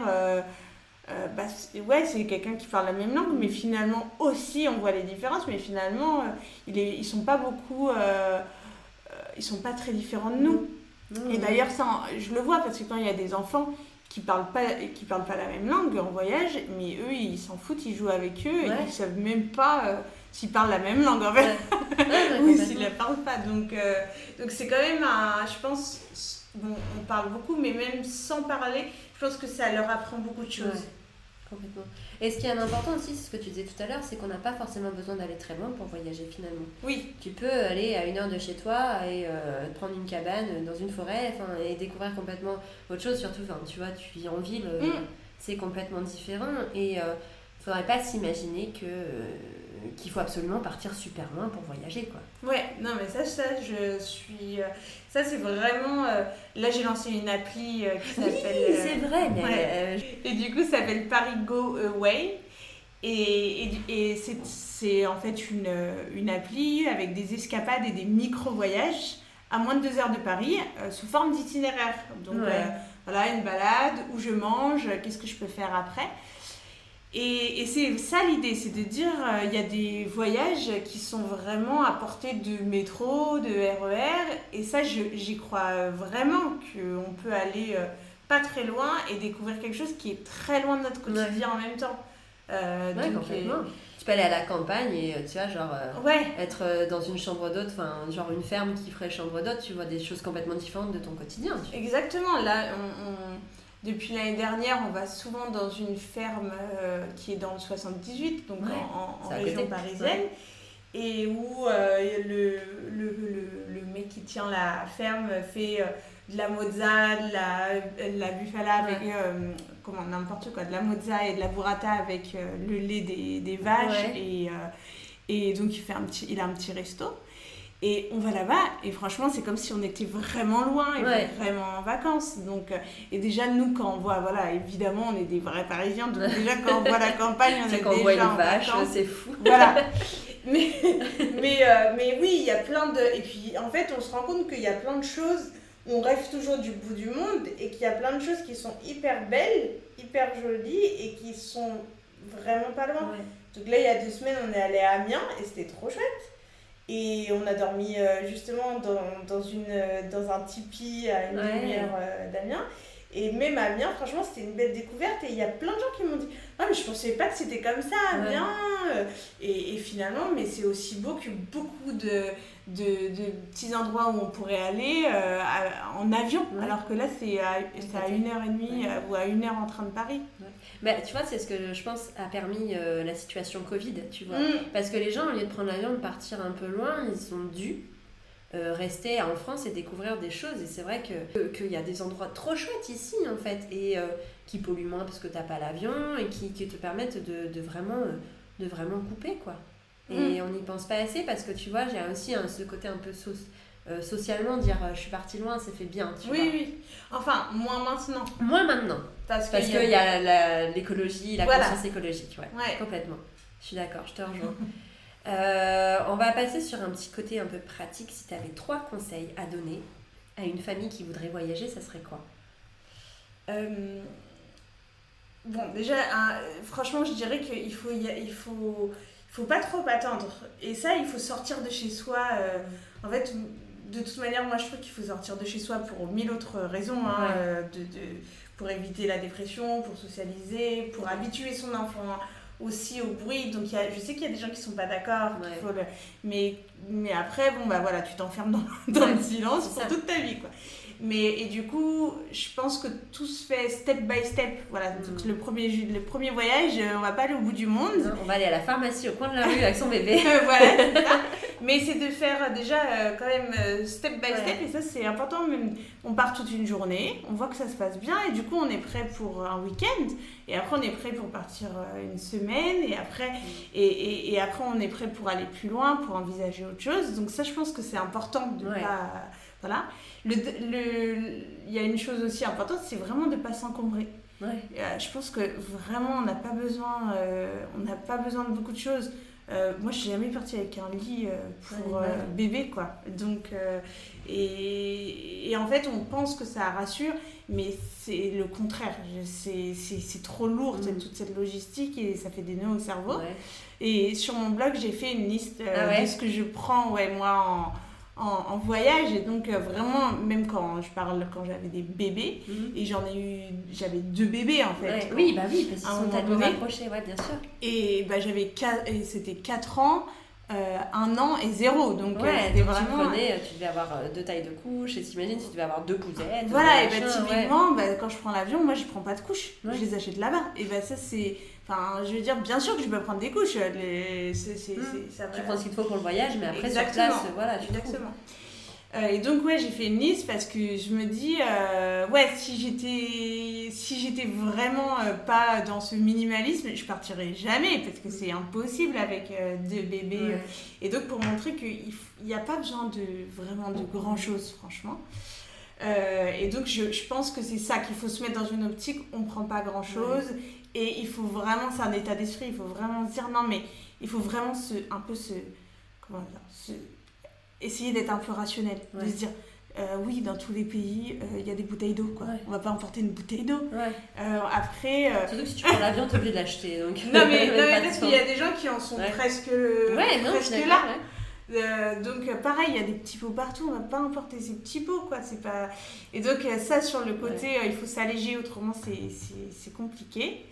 c'est quelqu'un qui parle la même langue, mais finalement aussi on voit les différences, mais finalement ils sont pas beaucoup, ils sont pas très différents de nous. Et d'ailleurs ça, je le vois parce que quand il y a des enfants qui parlent pas la même langue en voyage, mais eux ils s'en foutent, ils jouent avec eux et ils savent même pas s'ils parlent la même langue en fait, ou s'ils la parlent pas. Donc c'est quand même je pense, bon, on parle beaucoup, mais même sans parler, je pense que ça leur apprend beaucoup de choses. Complètement. Et ce qui est important aussi, c'est ce que tu disais tout à l'heure, c'est qu'on n'a pas forcément besoin d'aller très loin pour voyager finalement. Oui. Tu peux aller à 1 heure de chez toi et prendre une cabane dans une forêt et découvrir complètement autre chose. Surtout, tu vois, tu vis en ville, c'est complètement différent. Et il ne faudrait pas s'imaginer qu'il faut absolument partir super loin pour voyager, quoi. Ouais, non mais ça je suis... ça c'est vraiment... là j'ai lancé une appli qui s'appelle... Oui, c'est vrai, mais... Et du coup ça s'appelle Paris Go Away. Et c'est en fait une appli avec des escapades et des micro-voyages à moins de 2 heures de Paris, sous forme d'itinéraire. Donc voilà, une balade, où je mange, qu'est-ce que je peux faire après. Et c'est ça l'idée, c'est de dire il y a des voyages qui sont vraiment à portée de métro, de RER, et ça j'y crois vraiment qu'on peut aller pas très loin et découvrir quelque chose qui est très loin de notre quotidien en même temps. Complètement. Tu peux aller à la campagne et tu vois, genre être dans une chambre d'hôte, genre une ferme qui ferait chambre d'hôte, tu vois des choses complètement différentes de ton quotidien. Exactement, là depuis l'année dernière, on va souvent dans une ferme qui est dans le 78, donc en région parisienne, et où le mec qui tient la ferme fait de la mozza, de la bufala avec n'importe quoi, de la mozza et de la burrata avec le lait des vaches, et donc il a un petit resto. Et on va là-bas, et franchement, c'est comme si on était vraiment loin et vraiment en vacances. Donc, et déjà, nous, quand on voit, évidemment, on est des vrais Parisiens, donc déjà, quand on voit la campagne, on est déjà voit une en vache, vacances. C'est fou. Voilà. Mais oui, il y a plein de... Et puis, en fait, on se rend compte qu'il y a plein de choses, on rêve toujours du bout du monde, et qu'il y a plein de choses qui sont hyper belles, hyper jolies, et qui sont vraiment pas loin. Donc là, il y a 2 semaines, on est allé à Amiens, et c'était trop chouette. Et on a dormi justement dans un tipi à une demi-heure d'Amiens. Et même à Amiens, franchement, c'était une belle découverte. Et il y a plein de gens qui m'ont dit « Ah, mais je pensais pas que c'était comme ça, Amiens !» Et finalement, mais c'est aussi beau que beaucoup de petits endroits où on pourrait aller en avion. Alors que là, c'est à 1h30 ou à 1 heure en train de Paris. Mais tu vois, c'est ce que je pense a permis la situation Covid, tu vois. Parce que les gens, au lieu de prendre l'avion, de partir un peu loin, ils ont dû rester en France et découvrir des choses. Et c'est vrai qu'il y a des endroits trop chouettes ici, en fait, et qui polluent moins parce que t'as pas l'avion et qui te permettent de vraiment couper, quoi. Et on n'y pense pas assez parce que, tu vois, j'ai aussi ce côté un peu socialement, dire je suis partie loin, ça fait bien, tu vois. Oui. Enfin, moins maintenant. Parce qu'il y a l'écologie, la conscience écologique, complètement. Je suis d'accord, je te rejoins. On va passer sur un petit côté un peu pratique. Si tu avais 3 conseils à donner à une famille qui voudrait voyager, ça serait quoi ? Bon, déjà, franchement, je dirais qu'il faut pas trop attendre. Et ça, il faut sortir de chez soi. En fait, de toute manière, moi, je trouve qu'il faut sortir de chez soi pour 1000 autres raisons. Pour éviter la dépression, pour socialiser, pour habituer son enfant aussi au bruit. Donc, je sais qu'il y a des gens qui ne sont pas d'accord, mais mais après, bon, bah voilà, tu t'enfermes dans le silence pour toute ta vie, quoi. Et du coup, je pense que tout se fait step by step. Voilà, donc le premier voyage, on va pas aller au bout du monde. Non, on va aller à la pharmacie au coin de la rue avec son bébé. Voilà, c'est ça. Mais c'est de faire déjà quand même step by step, et ça c'est important. Même, on part toute une journée, on voit que ça se passe bien, et du coup on est prêt pour un week-end, et après on est prêt pour partir une semaine, et après, et après on est prêt pour aller plus loin, pour envisager autre chose. Donc ça, je pense que c'est important de pas... Voilà. Il y a une chose aussi importante, c'est vraiment de ne pas s'encombrer. Je pense que vraiment, on n'a pas besoin de beaucoup de choses. Moi, je suis jamais partie avec un lit pour bébé, quoi. Donc, et en fait, on pense que ça rassure, mais c'est le contraire. C'est trop lourd, toute cette logistique, et ça fait des nœuds au cerveau. Et sur mon blog, j'ai fait une liste de ce que je prends, moi, en voyage. Et donc vraiment, même quand j'avais des bébés, et j'avais 2 bébés en fait. Oui, parce qu'ils sont tellement rapprochés, bien sûr. Et c'était 4 ans, 1 an et 0. Donc c'était vraiment... tu devais avoir 2 tailles de couches, et t'imagines, tu devais avoir 2 pousettes. Voilà, et typiquement, quand je prends l'avion, moi je prends pas de couches, je les achète là-bas. Et ça c'est... Enfin, je veux dire, bien sûr que je peux prendre des couches. Ça tu prends ce qu'il te faut pour le voyage, mais après, sur place, tu exactement. Et donc, j'ai fait une liste parce que je me dis, si j'étais vraiment pas dans ce minimalisme, je partirais jamais, parce que c'est impossible avec 2 bébés. Et donc, pour montrer qu'il n'y a pas besoin vraiment de grand-chose, franchement. Et donc, je pense que c'est ça qu'il faut se mettre dans une optique, on ne prend pas grand-chose. Et il faut vraiment, c'est un état d'esprit, il faut vraiment se dire non, mais il faut vraiment essayer d'être un peu rationnel, de se dire oui, dans tous les pays, il y a des bouteilles d'eau, quoi. On va pas emporter une bouteille d'eau. Après... Surtout que si tu prends l'avion, t'es obligé de l'acheter. Donc... Non, mais parce qu'il y a des gens qui en sont presque là. Donc pareil, il y a des petits pots partout, on va pas emporter ces petits pots, quoi. C'est pas... Et donc ça, sur le côté, il faut s'alléger, autrement c'est compliqué.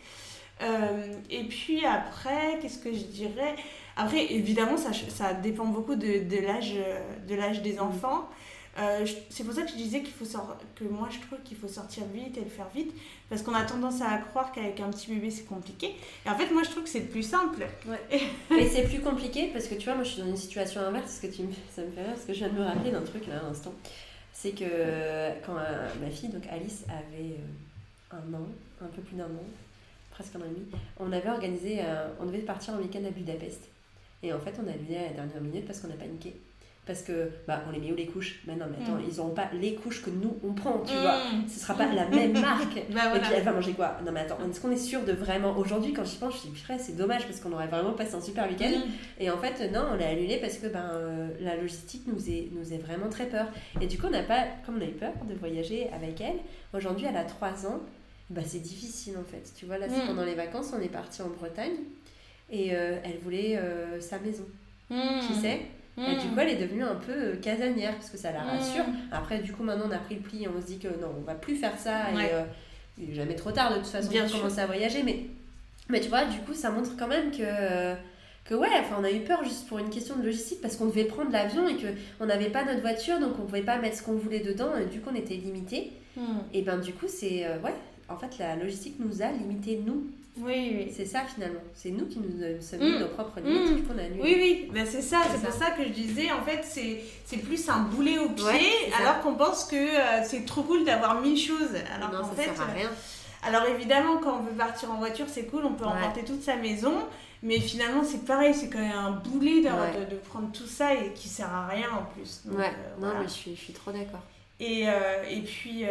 Et puis après, qu'est-ce que je dirais? Après, évidemment, ça dépend beaucoup de l'âge des enfants. C'est pour ça que je disais que moi je trouve qu'il faut sortir vite et le faire vite, parce qu'on a tendance à croire qu'avec un petit bébé c'est compliqué, et en fait moi je trouve que c'est le plus simple. Mais c'est plus compliqué parce que tu vois, moi je suis dans une situation inverse, parce que ça me fait rire, parce que je viens de me rappeler d'un truc là à l'instant. C'est que quand ma fille, donc Alice, avait 1 an, un peu plus d'1 an, presque 1 an et demi, on avait organisé, on devait partir en week-end à Budapest, et en fait on a annulé à la dernière minute parce qu'on a paniqué. Parce que, on les met où les couches? Non, mais attends, ils n'auront pas les couches que nous on prend, tu vois. Ce sera pas la même marque. Et puis elle va manger quoi? Non, mais attends, est-ce qu'on est sûr de vraiment. Aujourd'hui, quand j'y pense, je me dis, c'est dommage parce qu'on aurait vraiment passé un super week-end. Et en fait, non, on l'a annulé parce que la logistique nous est vraiment très peur. Et du coup, comme on a eu peur de voyager avec elle, aujourd'hui, elle a 3 ans, c'est difficile en fait. Tu vois, là, c'est pendant les vacances, on est parti en Bretagne et elle voulait sa maison. Tu sais? Et du coup, elle est devenue un peu casanière parce que ça la rassure. Après, du coup, maintenant, on a pris le pli et on se dit que non, on va plus faire ça. Et il n'est jamais trop tard de toute façon pour commencer à voyager. Mais tu vois, du coup, ça montre quand même que on a eu peur juste pour une question de logistique parce qu'on devait prendre l'avion et qu'on n'avait pas notre voiture, donc on ne pouvait pas mettre ce qu'on voulait dedans. Et du coup, on était limité. Et du coup, c'est... en fait, la logistique nous a limité, nous. Oui. C'est ça finalement, c'est nous qui nous sommes mis nos propres limites, du coup on a annulé. Oui, c'est ça, c'est pour ça que je disais, en fait c'est plus un boulet au pied, alors qu'on pense que c'est trop cool d'avoir 1000 choses. Alors non, qu'en ça sert à rien. Alors évidemment, quand on veut partir en voiture, c'est cool, on peut emporter toute sa maison, mais finalement c'est pareil, c'est quand même un boulet de prendre tout ça et qui sert à rien en plus. Donc, non mais je suis trop d'accord. Et puis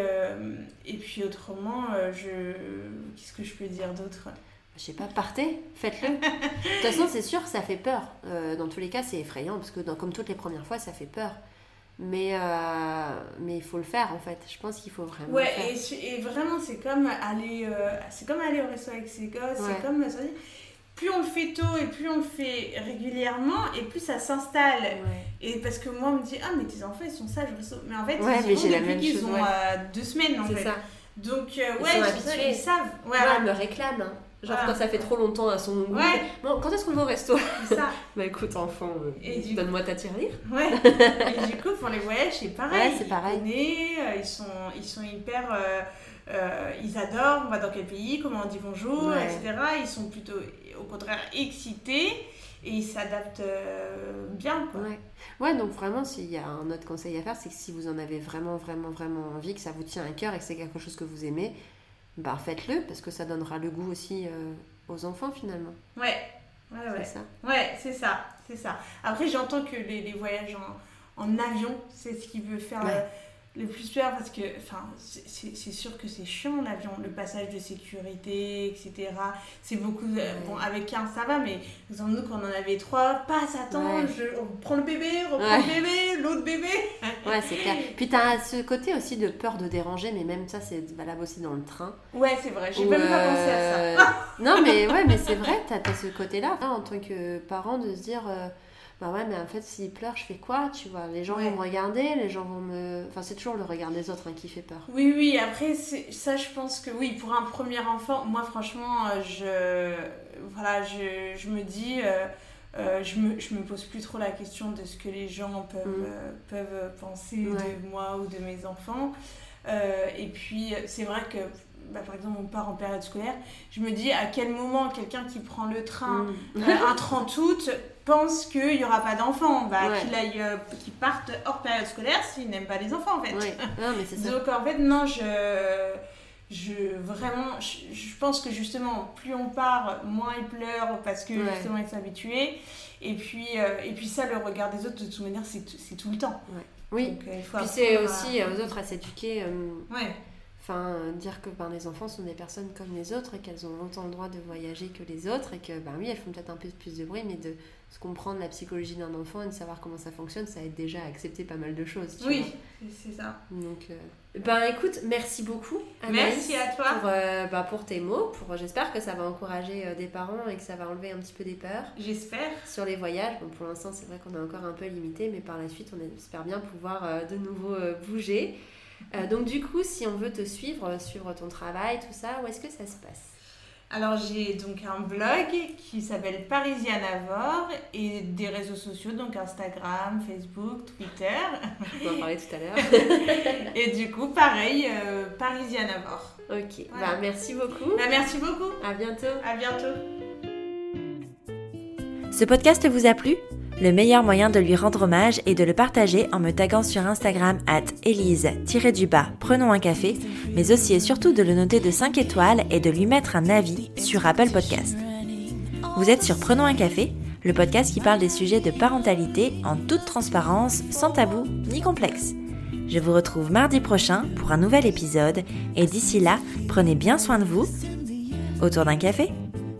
autrement, qu'est-ce que je peux dire d'autre? Je sais pas, partez, faites-le. De toute façon, c'est sûr, ça fait peur. Dans tous les cas, c'est effrayant, parce que comme toutes les premières fois, ça fait peur. Mais il faut le faire, en fait. Je pense qu'il faut vraiment le faire. Et vraiment, c'est comme aller au resto avec ses gosses, c'est comme... Plus on le fait tôt et plus on le fait régulièrement, et plus ça s'installe. Et parce que moi, on me dit, mais tes enfants, ils sont sages. Mais en fait, ils sont depuis qu'ils ont 2 semaines, en fait. Ça. Donc, ils savent. Moi, elle me réclame. Genre quand ça fait trop longtemps à son goût. Ouais. Bon, quand est-ce qu'on va au resto? C'est ça. Bah écoute, enfant, donne-moi ta tirelire. Ouais. Et du coup, pour les voyages, c'est pareil. Ouais, c'est pareil. Ils sont hyper... ils adorent, on va dans quel pays, comment on dit bonjour, etc. Ils sont plutôt, au contraire, excités et ils s'adaptent bien, quoi. Ouais, donc vraiment, s'il y a un autre conseil à faire, c'est que si vous en avez vraiment, vraiment, vraiment envie, que ça vous tient à cœur et que c'est quelque chose que vous aimez, bah faites-le, parce que ça donnera le goût aussi aux enfants, finalement. Ouais. C'est ça. Ouais, c'est ça. Après, j'entends que les voyages en avion, c'est ce qui veut faire le plus peur, parce que c'est sûr que c'est chiant l'avion, le passage de sécurité, etc. C'est beaucoup... Bon, avec un, ça va, mais par exemple, nous, quand on en avait 3, on prend le bébé, reprend le bébé, l'autre bébé. Ouais, c'est clair. Puis t'as ce côté aussi de peur de déranger, mais même ça, c'est valable aussi dans le train. Ouais, c'est vrai, j'ai même pas pensé à ça. Non, mais c'est vrai, t'as ce côté-là, en tant que parent, de se dire... bah ouais, mais en fait, s'il pleure, je fais quoi, tu vois? Les gens vont me regarder, les gens vont me... Enfin, c'est toujours le regard des autres qui fait peur. Oui, après, ça, je pense que oui, pour un premier enfant, moi, franchement, je me dis... je me pose plus trop la question de ce que les gens peuvent penser de moi ou de mes enfants. Et puis, c'est vrai que... par exemple, on part en période scolaire, je me dis à quel moment quelqu'un qui prend le train un 30 août pense qu'il n'y aura pas d'enfants, qu'il parte hors période scolaire s'il n'aime pas les enfants, en fait. Non, mais c'est ça. Donc en fait, non, je pense que justement, plus on part, moins ils pleurent parce que justement ils sont habitués. Et puis ça, le regard des autres, de toute manière, c'est tout le temps. Oui, donc, puis c'est aussi aux autres à s'éduquer. Enfin, dire que les enfants sont des personnes comme les autres et qu'elles ont autant le droit de voyager que les autres et que, oui, elles font peut-être un peu plus de bruit, mais de se comprendre la psychologie d'un enfant et de savoir comment ça fonctionne, ça aide déjà à accepter pas mal de choses. Tu vois. C'est ça. Donc, écoute, merci beaucoup, Anaïs. Merci à toi. Pour tes mots. J'espère que ça va encourager des parents et que ça va enlever un petit peu des peurs. J'espère. Sur les voyages. Bon, pour l'instant, c'est vrai qu'on est encore un peu limité, mais par la suite, on espère bien pouvoir de nouveau bouger. Donc du coup, si on veut te suivre ton travail, tout ça, où est-ce que ça se passe? Alors j'ai donc un blog qui s'appelle Parisianavore et des réseaux sociaux, donc Instagram, Facebook, Twitter. On va en parler tout à l'heure. Et du coup, pareil, Parisianavore. Ok, voilà. Merci beaucoup. Merci beaucoup. À bientôt. À bientôt. Ce podcast vous a plu? Le meilleur moyen de lui rendre hommage est de le partager en me taguant sur Instagram @Elise_prenons un café, mais aussi et surtout de le noter de 5 étoiles et de lui mettre un avis sur Apple Podcast. Vous êtes sur Prenons un café, le podcast qui parle des sujets de parentalité en toute transparence, sans tabou ni complexe. Je vous retrouve mardi prochain pour un nouvel épisode et d'ici là, prenez bien soin de vous autour d'un café.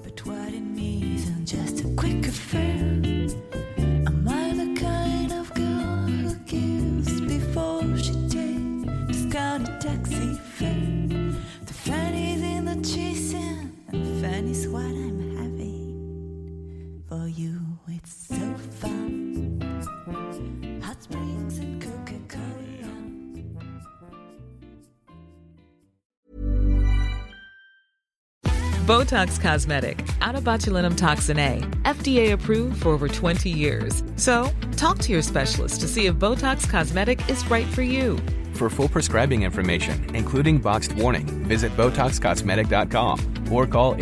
Botox Cosmetic, out-of-botulinum toxin A, FDA approved for over 20 years. So, talk to your specialist to see if Botox Cosmetic is right for you. For full prescribing information, including boxed warning, visit BotoxCosmetic.com or call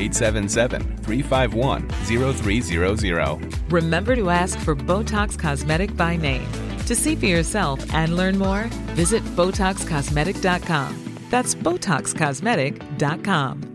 877-351-0300. Remember to ask for Botox Cosmetic by name. To see for yourself and learn more, visit BotoxCosmetic.com. That's BotoxCosmetic.com.